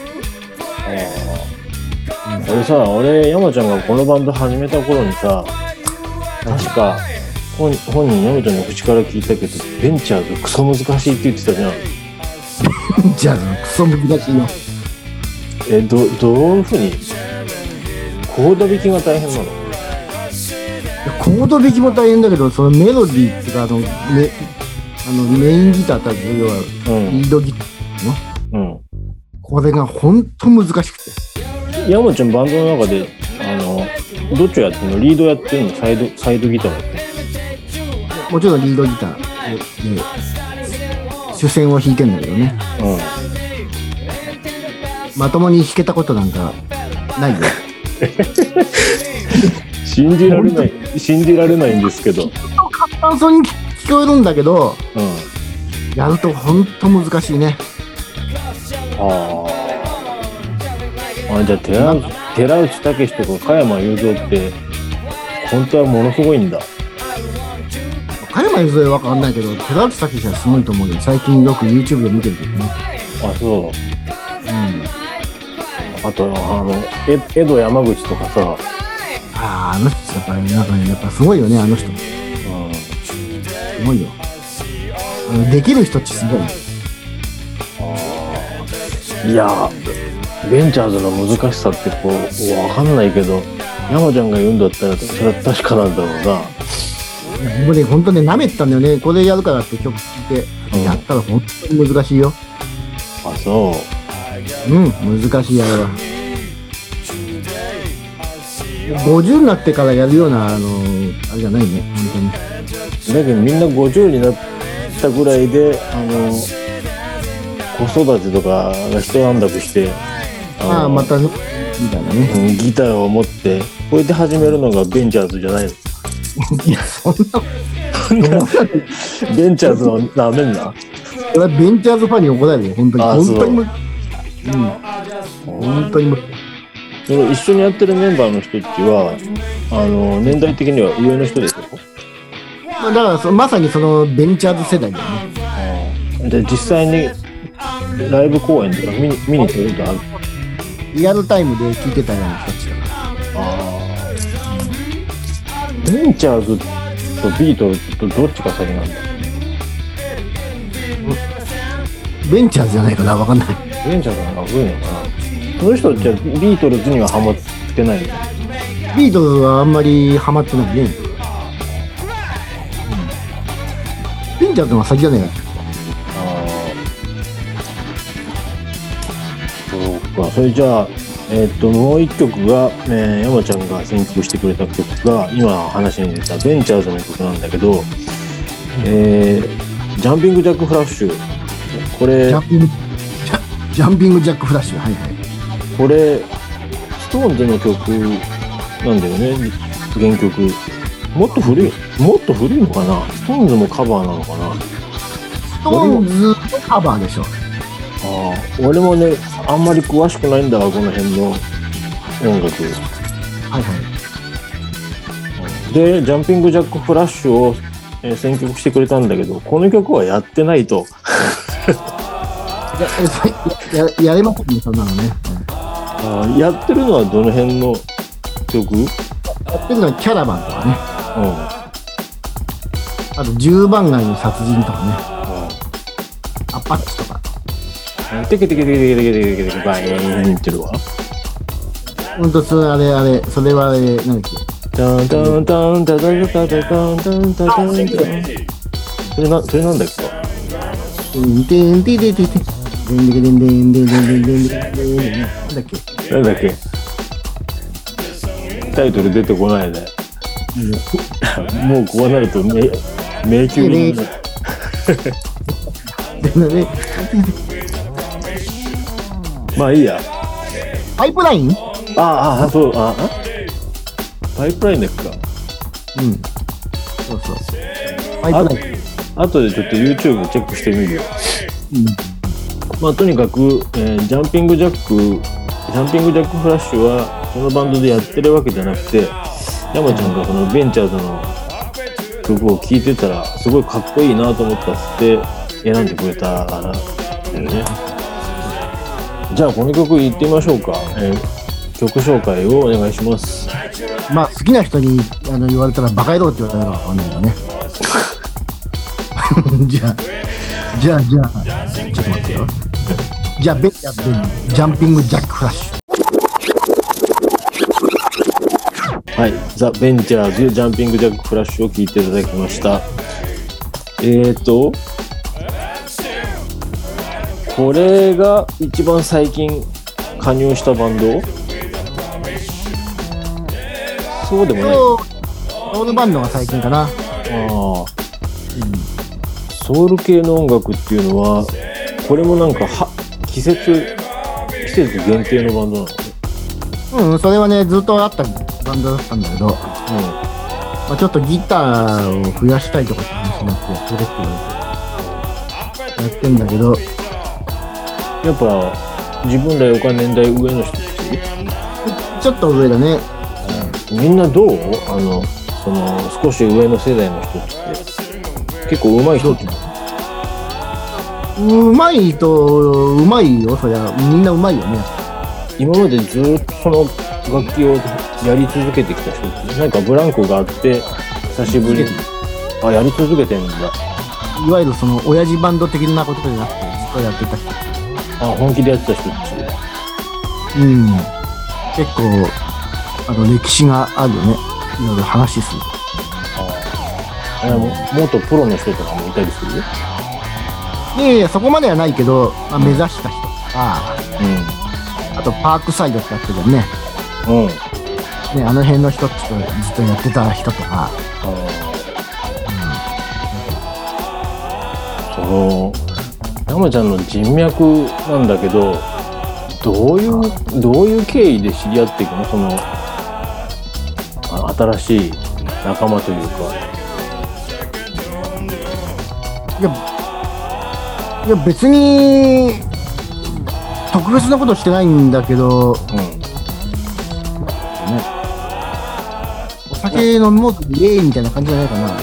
B: 俺山ちゃんがこのバンド始めた頃にさ、確か本人山ちゃんの口から聞いたけどベンチャーズクソ難しいって言ってたじゃん。
A: ベンチャーズのクソ難しいの。
B: どういうふうにコード弾きが大変なの？
A: コード弾きも大変だけど、そのメロディーっていうかメインギターたち要はリードギターの、これがほんと難しくて。
B: 山ちゃんバンドの中でどっちをやってるの？リードやってるの？サイドギターやってる
A: の？もちろんリードギターで主戦を弾いてんだけどね、まともに弾けたことなんかないよ。
B: 信じられないんですけど。
A: 簡単そうに聞こえるんだけど、やるとほんと難しいね。
B: じゃあ寺内武史とか加山雄三って本当はものすごいんだ。
A: 加山雄三は分かんないけど寺内武史はすごいと思うよ。最近よく YouTube で見てるけどね。
B: そう。あと江戸山口とかさ。
A: あの人やっぱりやっぱすごいよね、あの人。すごいよ。できる人ってすごい。
B: いやベンチャーズの難しさってこう分かんないけど、山ちゃんが言うんだったらそれは確かなんだろうな。
A: 僕ね、本当ね、舐めてたんだよね。これやるからって曲聴いて、やったら本当に難しいよ。
B: そう。
A: 難しい、あれは。50になってからやるようなあれじゃないね、本当に。
B: だけどみんな50になったぐらいで子育てとかが一段落して
A: またギターだね、
B: ギターを持ってこうやって始めるのがベンチャーズじゃないの？
A: いや、そんな
B: ベンチャーズのなめんな。
A: これはベンチャーズファンに怒られるよ、本当に。本当に
B: その一緒にやってるメンバーの人たちは年代的には上の人ですよ。
A: だからまさにそのベンチャーズ世代だよね。
B: で実際にライブ公演とか見に行ったことある？
A: リアルタイムで聴いてたような人たちだから。
B: ベンチャーズとビートルズとどっちが先なんだ？
A: ベンチャーズじゃないかな、分かんない。
B: ベンチャーズの方が上のかな。その人たちはビートルズにはハマってないの？
A: ビートルズはあんまりハマってないね。ベンチャーズの方が先じゃねえか。
B: そうか。それじゃあもう一曲が、山ちゃんが選曲してくれた曲が今話に出たベンチャーズの曲なんだけど、ジャンピングジャックフラッシュ、これ
A: ジャンピングジャックフラッシュ、はいはい。
B: これストーンズの曲なんだよね、原曲。もっと古いのかな。ストーンズもカバーなのかな。
A: ストーンズのカバーでしょ。
B: 俺もねあんまり詳しくないんだわ、この辺の音楽。
A: はいはい。
B: でジャンピングジャックフラッシュを、選曲してくれたんだけど、この曲はやってないと
A: やれますね、そんなのね。
B: やってるのはどの辺の曲？
A: やってるのはキャラバンとかね。あと10番街の殺人とかね。アパッチとか。
B: テケテケテケテケテケテケテケバイーン言ってるわ。
A: それそれはなんだっけ。
B: タンタンタンタタタタタンタンタタンタン。それなんだっけ？なんだっけ？タイトル出てこないね。もうこうなると迷宮になる。まあいいや。
A: パイプライン？
B: そう、パイプラインだっけか。
A: そう。パイプライン。
B: 後でちょっと YouTube チェックしてみるよ。まあとにかく、ジャンピングジャックフラッシュはそのバンドでやってるわけじゃなくて、山ちゃんがこのベンチャーズの曲を聴いてたらすごいかっこいいなと思ったっつって選んでくれたんだよね。じゃあこの曲いってみましょうか。曲紹介をお願いします。
A: まあ好きな人に言われたらバカ野郎って言われたらわかんないよね。じゃあちょっと待ってよ。じゃあジャンピングジャックフラッシュ。
B: はい、ザ・ベンチャーズジャンピングジャックフラッシュを聴いていただきました。これが一番最近加入したバンド？そうでもない。
A: ソウルバンドが最近かな。
B: ソウル系の音楽っていうのはこれもなんか季節限定のバンドな
A: の？それはねずっとあったバンドだったんだけど、まあ、ちょっとギターを増やしたいとかって話になってやってるって言われてやってんだけど、
B: やっぱ自分らよか年代上の人たち？
A: ちょっと上だね。
B: みんなどう？その少し上の世代の人って結構上手い人って
A: うまいよ。そりゃみんなうまいよね。
B: 今までずっとその楽器をやり続けてきた人ってなんかブランクがあって久しぶりにやり続けてんだ。
A: いわゆるその親父バンド的なことじゃなくてずっとやってた人。
B: 本気でやってた人たち。
A: 結構歴史があるよね。いろいろ話する。
B: 元プロの人とかもいたりする？
A: いやそこまではないけど、目指した人とか、あとパークサイドってやってるよね。ね、あの辺の人ってずっとやってた人とか。
B: その山ちゃんの人脈なんだけど、どういう経緯で知り合っていくの？その新しい仲間というか。
A: いや別に特別なことしてないんだけど、お酒飲もうとイエーイみたいな感じじゃないかな。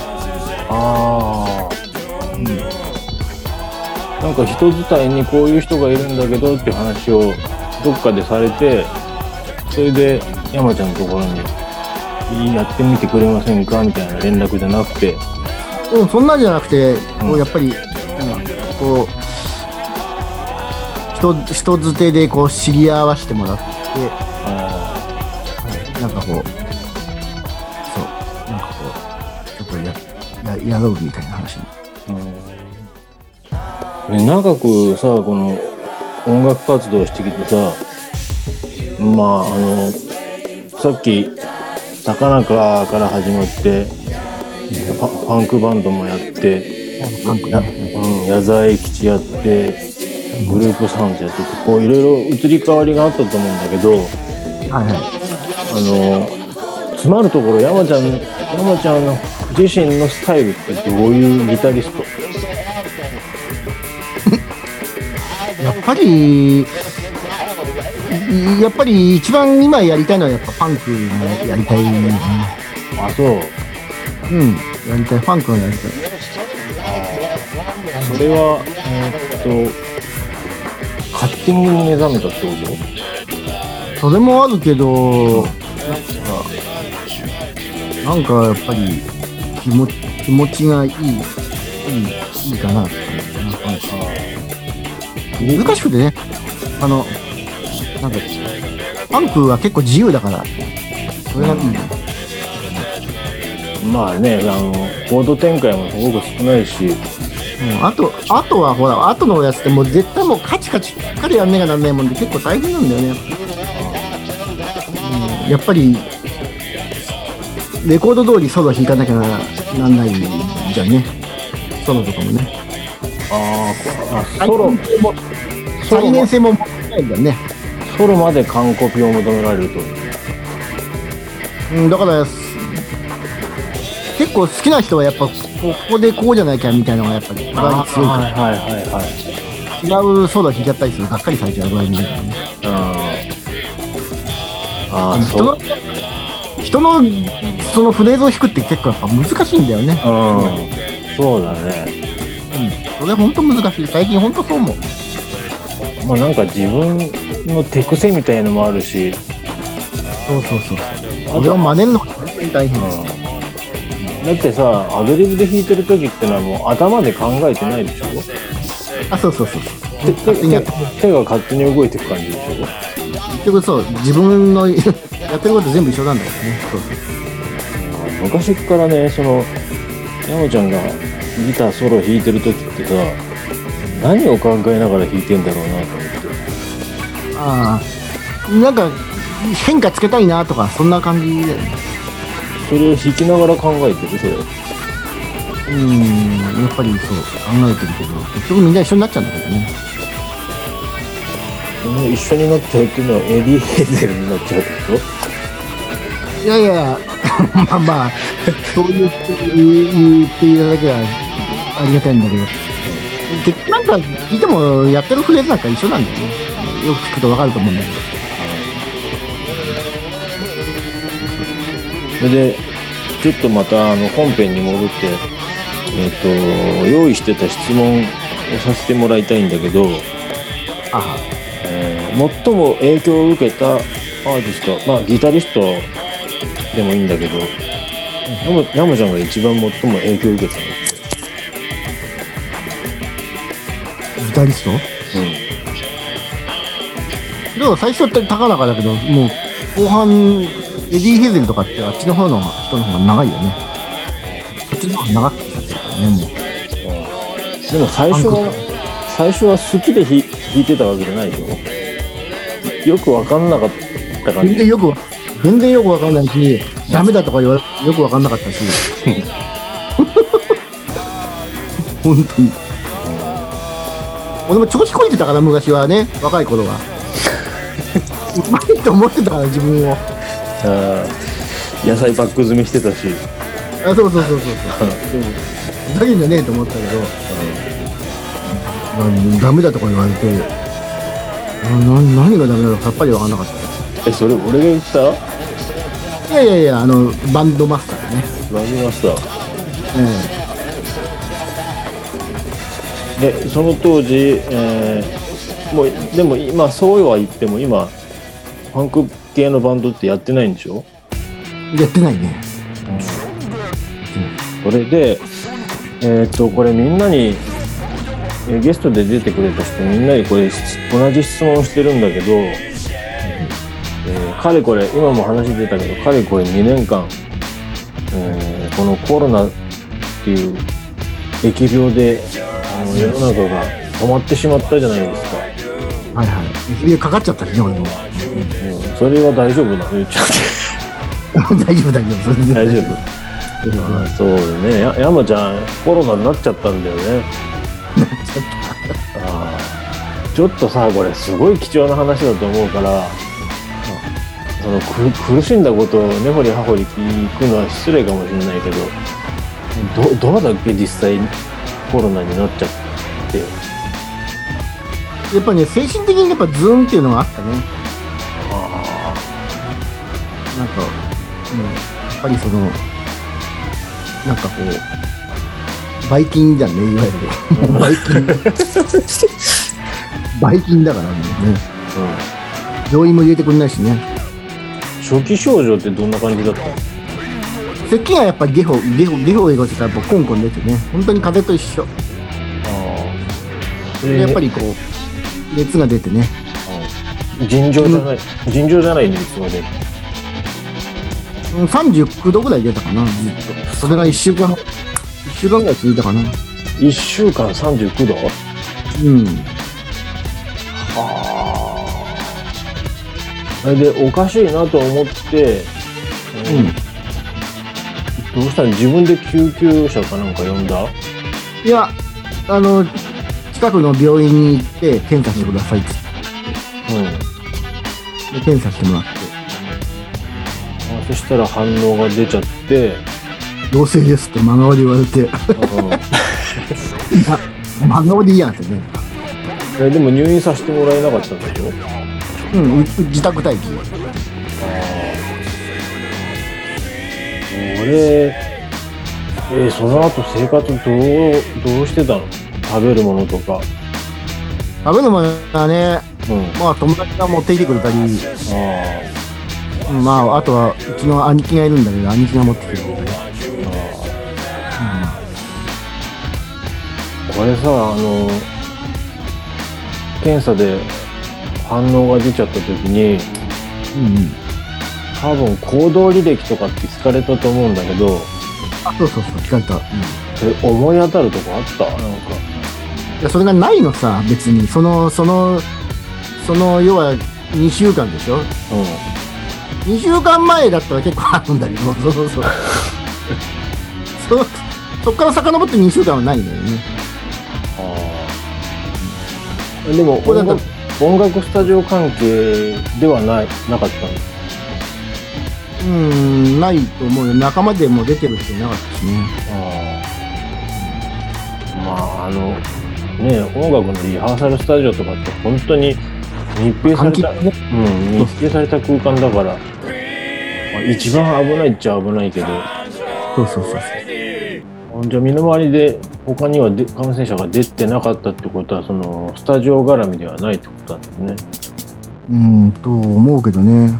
B: なんか人伝いにこういう人がいるんだけどっていう話をどっかでされて、それで山ちゃんのところにやってみてくれませんかみたいな連絡じゃなくて、
A: そんなんじゃなくて、こうやっぱりこう人づてでこう知り合わせてもらって、なんかこうちょっとやろうみたいな話に。
B: 長くさこの音楽活動してきてさ、さっき高中から始まってパンクバンドもやって、矢沢永吉やってグループサウンドやってて、こういろいろ移り変わりがあったと思うんだけど、詰まるところ山ちゃんの自身のスタイルってどういうギタリスト？
A: やっぱり一番今やりたいのはやっぱパンクのやりたいよね。
B: そう。
A: やりたい、パンクのやりたい。
B: それはカッティングに目覚めたってこ
A: それもあるけど、なんかやっぱり気持ちがいいかなってなんか難しくてね、なんかパンクは結構自由だから、それがいいね。
B: まあね、コード展開もすごく少ないし、
A: あとはほら、後のやつってもう絶対もうカチカチ彼やんねがなんないもんで結構大変なんだよね。やっぱりレコード通りソロ弾かなきゃなんないじゃんね。ソロとかもね。ソロ再現性も持ってないんだよね。
B: ソロまで完コピを求められると。
A: だから結構好きな人はやっぱここでこうじゃないかみたいなのがやっぱり強いから、違うソロ弾いちゃったりする、がっかりされちゃう場合になるからね。人のそのフレーズを弾くって結構やっぱ難しいんだよね。
B: そうだね。
A: それ本当難しい。最近本当そう思う。
B: まあなんか自分の手癖みたいのもあるし。
A: そう。それを真似るのが大変。
B: だってさ、アドリブで弾いてる時ってのはもう頭で考えてないでしょ。
A: そう。
B: 手が勝手に動いていく感じでしょ。
A: 結局そう、自分のやってること全部一緒なんだよね。
B: 昔からね、山ちゃんがギターソロ弾いてる時ってさ、何を考えながら弾いてんだろうなと思って。
A: なんか変化つけたいなとかそんな感じだよね。
B: それを弾きながら考えてるそれ。
A: やっぱりそう考えてるけど、結局みんな一緒になっちゃうんだけどね。
B: 一緒になっちゃうっていうのはエディ・ヘイゼルになっちゃうってこと？
A: いやまあそう言っていただけはありがたいんだけど、結局なんか聞いてもやってるフレーズなんか一緒なんだよね。よく聞くと分かると思うんだけど。
B: それでちょっとまた本編に戻って、用意してた質問をさせてもらいたいんだけど、最も影響を受けたアーティスト、まあギタリストでもいいんだけど、山ちゃんが一番最も影響を受けたの？
A: ギタリスト？でも最初って高々だけど、もう後半エディ・ヘイゼルとかってあっちの方の人の方が長いよね。こっちの方が長くなっちゃったからね、もう。
B: でも最初は好きで弾いてたわけじゃないでしょ？よく分かんなかった感じ。
A: 全然よく分かんないし、ダメだとかよく分かんなかったし。本当に。俺も調子こいてたから昔はね、若い頃は。うまいと思ってたから自分を。
B: 野菜パック詰めしてたし。
A: そう。ふざけんじゃねえと思ったけど、ダメだとか言われて、何がダメなのかさっぱり分かんなかった。
B: それ俺が言った？
A: いやバンドマスターね。
B: バンドマスター。でその当時、もうでも今そうは言っても今ファンク系のバンドってやってないんでしょ？
A: やってないね。
B: それでこれみんなにゲストで出てくれた人みんなにこれ同じ質問をしてるんだけど、かれこれ今も話出たけどかれこれ2年間、このコロナっていう疫病で世の中が止まってしまったじゃないですか。
A: 疫病かかっちゃったね俺も。
B: それは大丈夫なの？言っちゃって
A: 大丈夫大丈夫。
B: そうね、山ちゃんコロナになっちゃったんだよね。ちょっとさこれすごい貴重な話だと思うから、その苦しんだことを根掘り葉掘り聞くのは失礼かもしれないけど、どうだっけ実際コロナになっちゃって。
A: やっぱね精神的にやっぱズーンっていうのがあったね。なんか、やっぱりそのなんかこうバイキンじゃんね、いわゆるバイキンだからね、 病院も入れてくれないしね。
B: 初期症状ってどんな感じだったの？
A: 咳がやっぱりゲホしてたらやっぱコンコン出てね、本当に風邪と一緒。でやっぱりこう熱が出てね。
B: 尋常じゃない熱が出る。
A: 39度ぐらい出たかな、ずっと。それが1週間ぐらい続いたかな。
B: 1週間39度？
A: うん。
B: でおかしいなと思って、どうしたの？自分で救急車かなんか呼んだ？
A: いや、近くの病院に行って検査してくださいって言って、で検査してもらって、
B: そしたら反応が出ちゃって
A: 陽性ですって真顔で言われて真顔でいいやんってね。
B: でも入院させてもらえなかったんでしょ？
A: 自宅待機。
B: 俺、その後生活どうしてたの？食べるものとか。
A: 食べるものはね、まあ友達が持ってきてくれたり、まああとはうちの兄貴がいるんだけど、兄貴が持ってきてくれたり。
B: これさ、検査で反応が出ちゃった時に、多分行動履歴とかって聞かれたと思うんだけど。
A: そう聞かれた。
B: 思い当たるとこあった？なんか。
A: いやそれがないのさ、別にその要は2週間でしょ。2週間前だったら結構あるんだけど、そっから遡って2週間はないんだよね。
B: でも音楽スタジオ関係ではなかったの？
A: ないと思うよ。仲間でも出てる人いなかったしね。
B: まあ音楽のリハーサルスタジオとかって本当に密閉された空間だから、一番危ないっちゃ危ないけど。
A: そう。
B: じゃあ身の回りで他には感染者が出てなかったってことは、そのスタジオ絡みではないってことなんですね。
A: と思うけどね。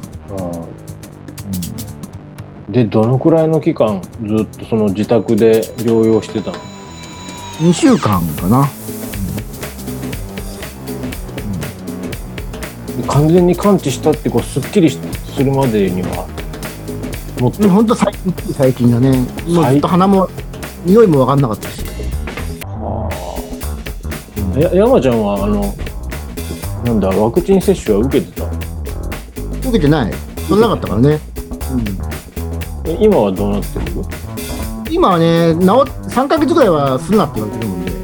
B: でどのくらいの期間ずっとその自宅で療養してたの
A: ？2週間かな。
B: 完全に完治したってすっきりするまでにはもっと。
A: ほんと最近だね。もうずっと鼻も匂いも分かんなかったし。
B: 山ちゃんはワクチン接種は受けてた？
A: 受けてない。そんなかったからね。
B: 今はどうなってる？
A: 今はね、3ヶ月ぐらいはするなって言われてるもんで。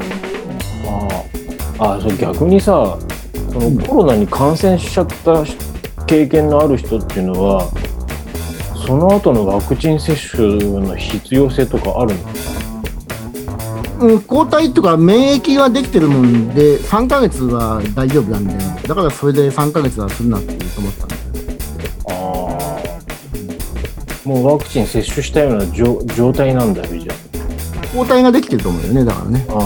B: そう逆にさ、そのコロナに感染しちゃった経験のある人っていうのは、その後のワクチン接種の必要性とかあるの？
A: 抗体とか免疫ができてるもんで3ヶ月は大丈夫なんだよ。だからそれで3ヶ月はするなって言うと思ったんだよ。
B: もうワクチン接種したような状態なんだよ、じゃあ。
A: 抗体ができてると思うよね、だからね。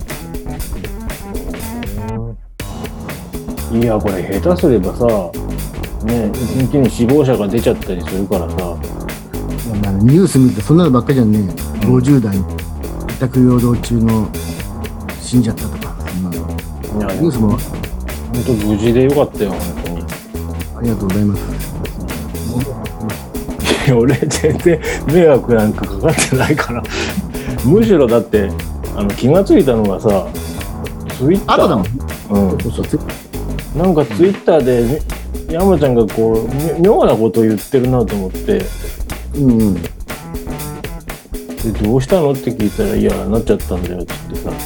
B: いやこれ下手すればさ、ね、一日に死亡者が出ちゃったりするからさ。
A: ニュース見てそんなのばっかりじゃんね。50代自宅療養中の死んじゃったとか、そんなの。ニュースも
B: 本当無事でよかったよ、本当に。
A: ありがとうございます。
B: 俺全然迷惑なんかかかってないからむしろだって気がついたのがさ、ツイッター。
A: 後だもん。
B: なんかツイッターで山ちゃんが妙なことを言ってるなと思って、でどうしたのって聞いたら、いやなっちゃったんだよって言ってさ。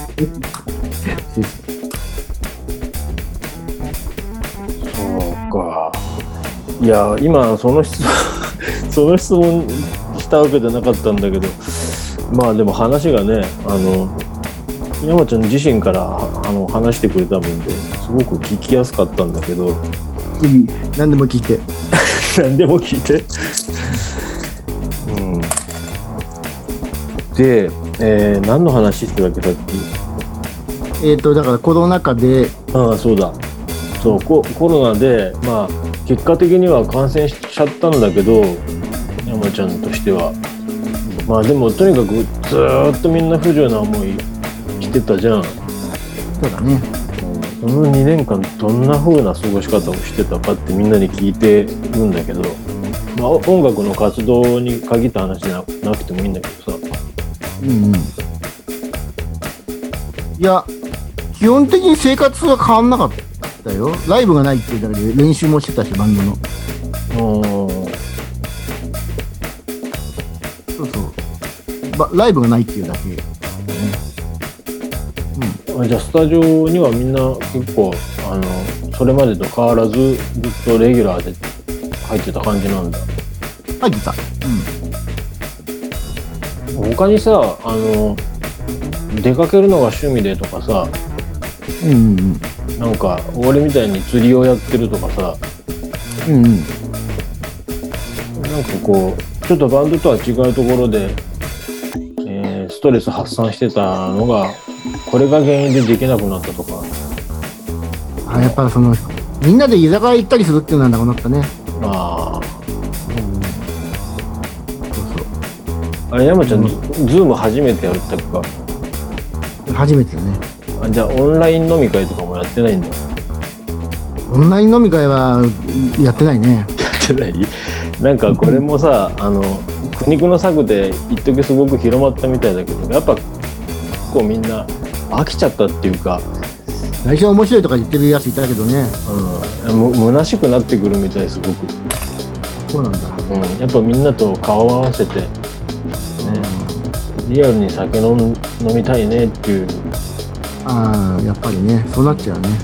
B: そうか。いや今その質問したわけじゃなかったんだけど、まあでも話がね、山ちゃん自身から話してくれたもんですごく聞きやすかったんだけど。
A: 何でも聞いて
B: 何でも聞いてで、何の話してるわけさっき。
A: だからコロナ禍で。
B: そうだ。そうコロナで結果的には感染しちゃったんだけど、山ちゃんとしてはまあでもとにかくずーっとみんな不自由な思いしてたじゃん。
A: そうだね。
B: その2年間どんな風な過ごし方をしてたかってみんなに聞いてるんだけど、まあ、音楽の活動に限った話じゃなくてもいいんだけどさ。
A: いや、基本的に生活は変わんなかったよ。ライブがないっていうだけで練習もしてたし、バンドの。そうそう。ライブがないっていうだけ。
B: じゃあスタジオにはみんな結構それまでと変わらずずっとレギュラーで入ってた感じなんだ。
A: 入ってた。
B: 他にさ出かけるのが趣味でとかさ、なんか俺みたいに釣りをやってるとかさ、なんかこうちょっとバンドとは違うところで、ストレス発散してたのがこれが原因でできなくなったとか。
A: やっぱみんなで居酒屋行ったりするっていうのはなくなったね。
B: あれ山ちゃん、ズーム初めてやったか。
A: 初めてだね。
B: じゃあオンライン飲み会とかもやってないんだ。
A: オンライン飲み会はやってないね。
B: やってない。なんかこれもさ苦肉の策で一時すごく広まったみたいだけど、やっぱこうみんな飽きちゃったっていうか、
A: 最初は面白いとか言ってるやついたけどね、
B: 虚しくなってくるみたい。すごく。
A: そうなんだ。
B: やっぱみんなと顔を合わせて、リアルに酒飲みたいねっていう。
A: やっぱりね、そうなっちゃうね。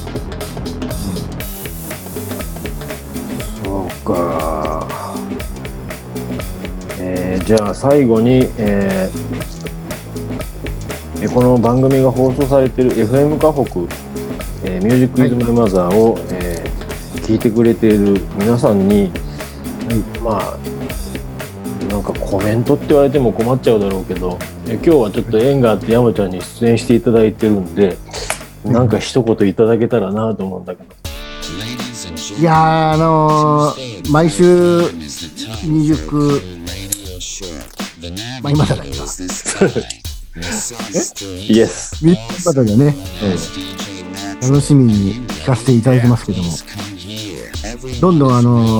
B: そうか。じゃあ最後に、この番組が放送されている FM 河北、Music is My Mother を、聞いてくれている皆さんに、まあなんかコメントって言われても困っちゃうだろうけど、今日はちょっと縁があって山ちゃんに出演していただいてるんで、なんか一言いただけたらなと思うんだけど。
A: いやー、毎週未熟、今だから
B: イエス。
A: ミュージックバトルだね、楽しみに聞かせていただいてますけども、どんどん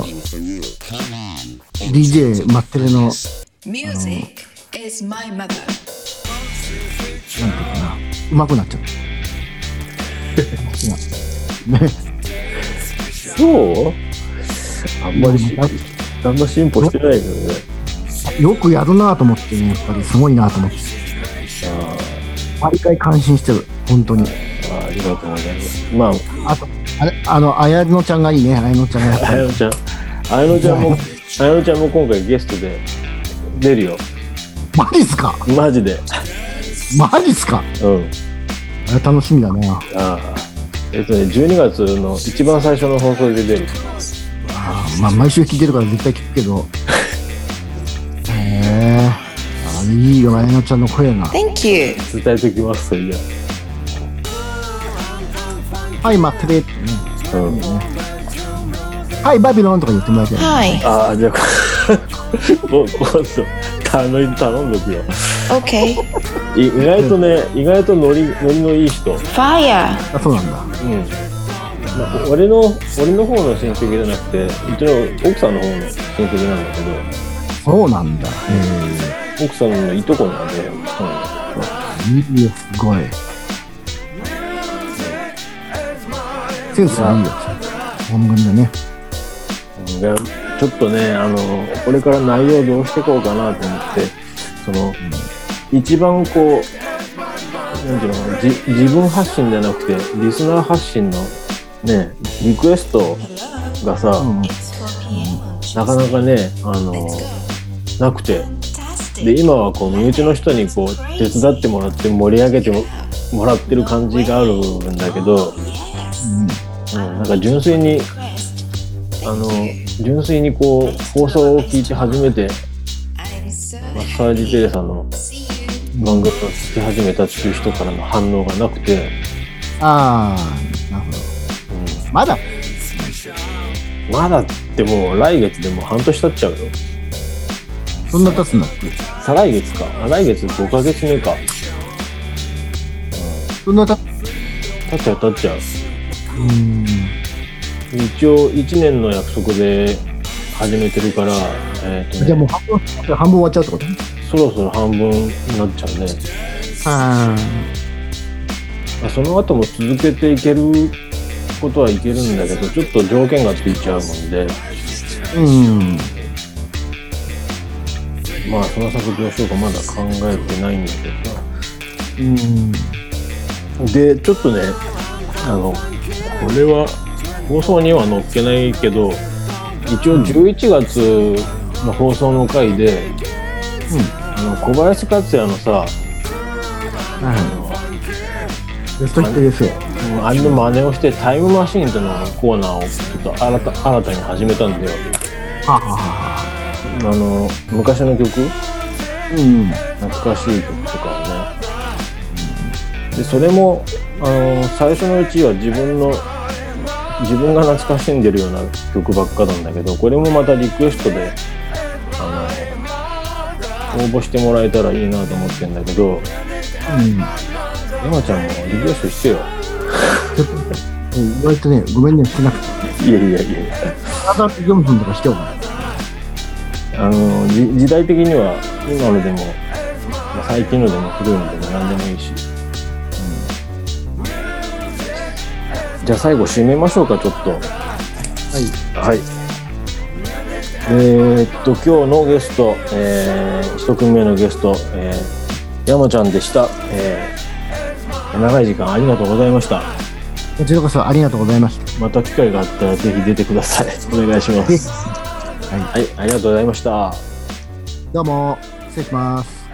A: DJ マッテレの
C: Music is my mother.
A: なんていうかな、上手くなっちゃったね。
B: そうあんまりだんだん進歩してないけどね。
A: よくやるなと思ってね、やっぱりすごいなと思って、毎回感心してる、本当に。
B: ありがとうございます。まあ、
A: あと綾乃ちゃんがいいね。綾乃ちゃんがやっぱり。
B: 綾乃ちゃんも今回ゲストで出るよ。
A: マジっすか？
B: マジで。
A: マジっすか？楽しみだね。
B: 12月の一番最初の放送で出る。
A: まあ毎週聞いてるから絶対聞くけど。いいよ、綾乃ちゃんの声が。
C: Thank you.
B: 伝えておきます。それじゃ
A: はい、待っててってね。はい、バビロンとか言ってもらえて。
C: Hi.
B: じゃあ今度頼んどくよ。
C: Okay.
B: 意外とノリのいい人。
C: Fire.
A: そうなんだ。
B: 俺の方の親戚じゃなくて、うちの奥さんの方の親戚なんだけど。
A: そうなんだ。
B: 奥さんのいとこなんで。
A: いいよ、すごい。センスがいいよ。本当にだね。
B: ちょっとね、これから内容どうしていこうかなと思って、一番こう、なんていうのかな、自分発信じゃなくて、リスナー発信のね、リクエストがさ、なかなかね、なくて。で、今はこう、身内の人にこう、手伝ってもらって盛り上げてもらってる感じがあるんだけど、なんか純粋にこう放送を聞いて初めてマッサージテレサの番組を聞き始めたっていう人からの反応がなくて。
A: なるほど。まだ
B: まだってもう来月でもう半年経っちゃうよ。
A: そんな経つんだっけ？
B: 再来月か。来月5ヶ月目か。
A: そんな経っ
B: ちゃう。一応1年の約束で始めてるから、
A: じゃあもう半分終わっちゃうってこと？
B: そろそろ半分になっちゃうね。その後も続けていけることはいけるんだけど、ちょっと条件がついちゃうもんで、まあその先どうしようかまだ考えてないんだけどさ。でちょっとね、これは放送には載っけないけど、一応11月の放送の回で、小林克也のさ、
A: ベストヒットですよ。
B: あれの真似をしてタイムマシーンというのコーナーをちょっと新たに始めたんだよ。昔の曲、懐かしい曲とかをね。でそれも最初のうちは自分が懐かしんでるような曲ばっかなんだけど、これもまたリクエストで応募してもらえたらいいなと思ってんだけど、山ちゃんもリクエストしてよ。
A: 意外とね、ごめんね、してなくて。
B: いや。
A: あと4分とかしてようかな。
B: 時代的には今のでも、最近のでも古いのでも何でもいいし。じゃあ最後締めましょうか、ちょっと。はい。今日のゲスト、1組目のゲスト、山ちゃんでした。長い時間ありがとうございました。
A: こちらこそありがとうございました。
B: また機会があったらぜひ出てください。お願いします。はい、ありがとうございました。
A: どうも、失礼します。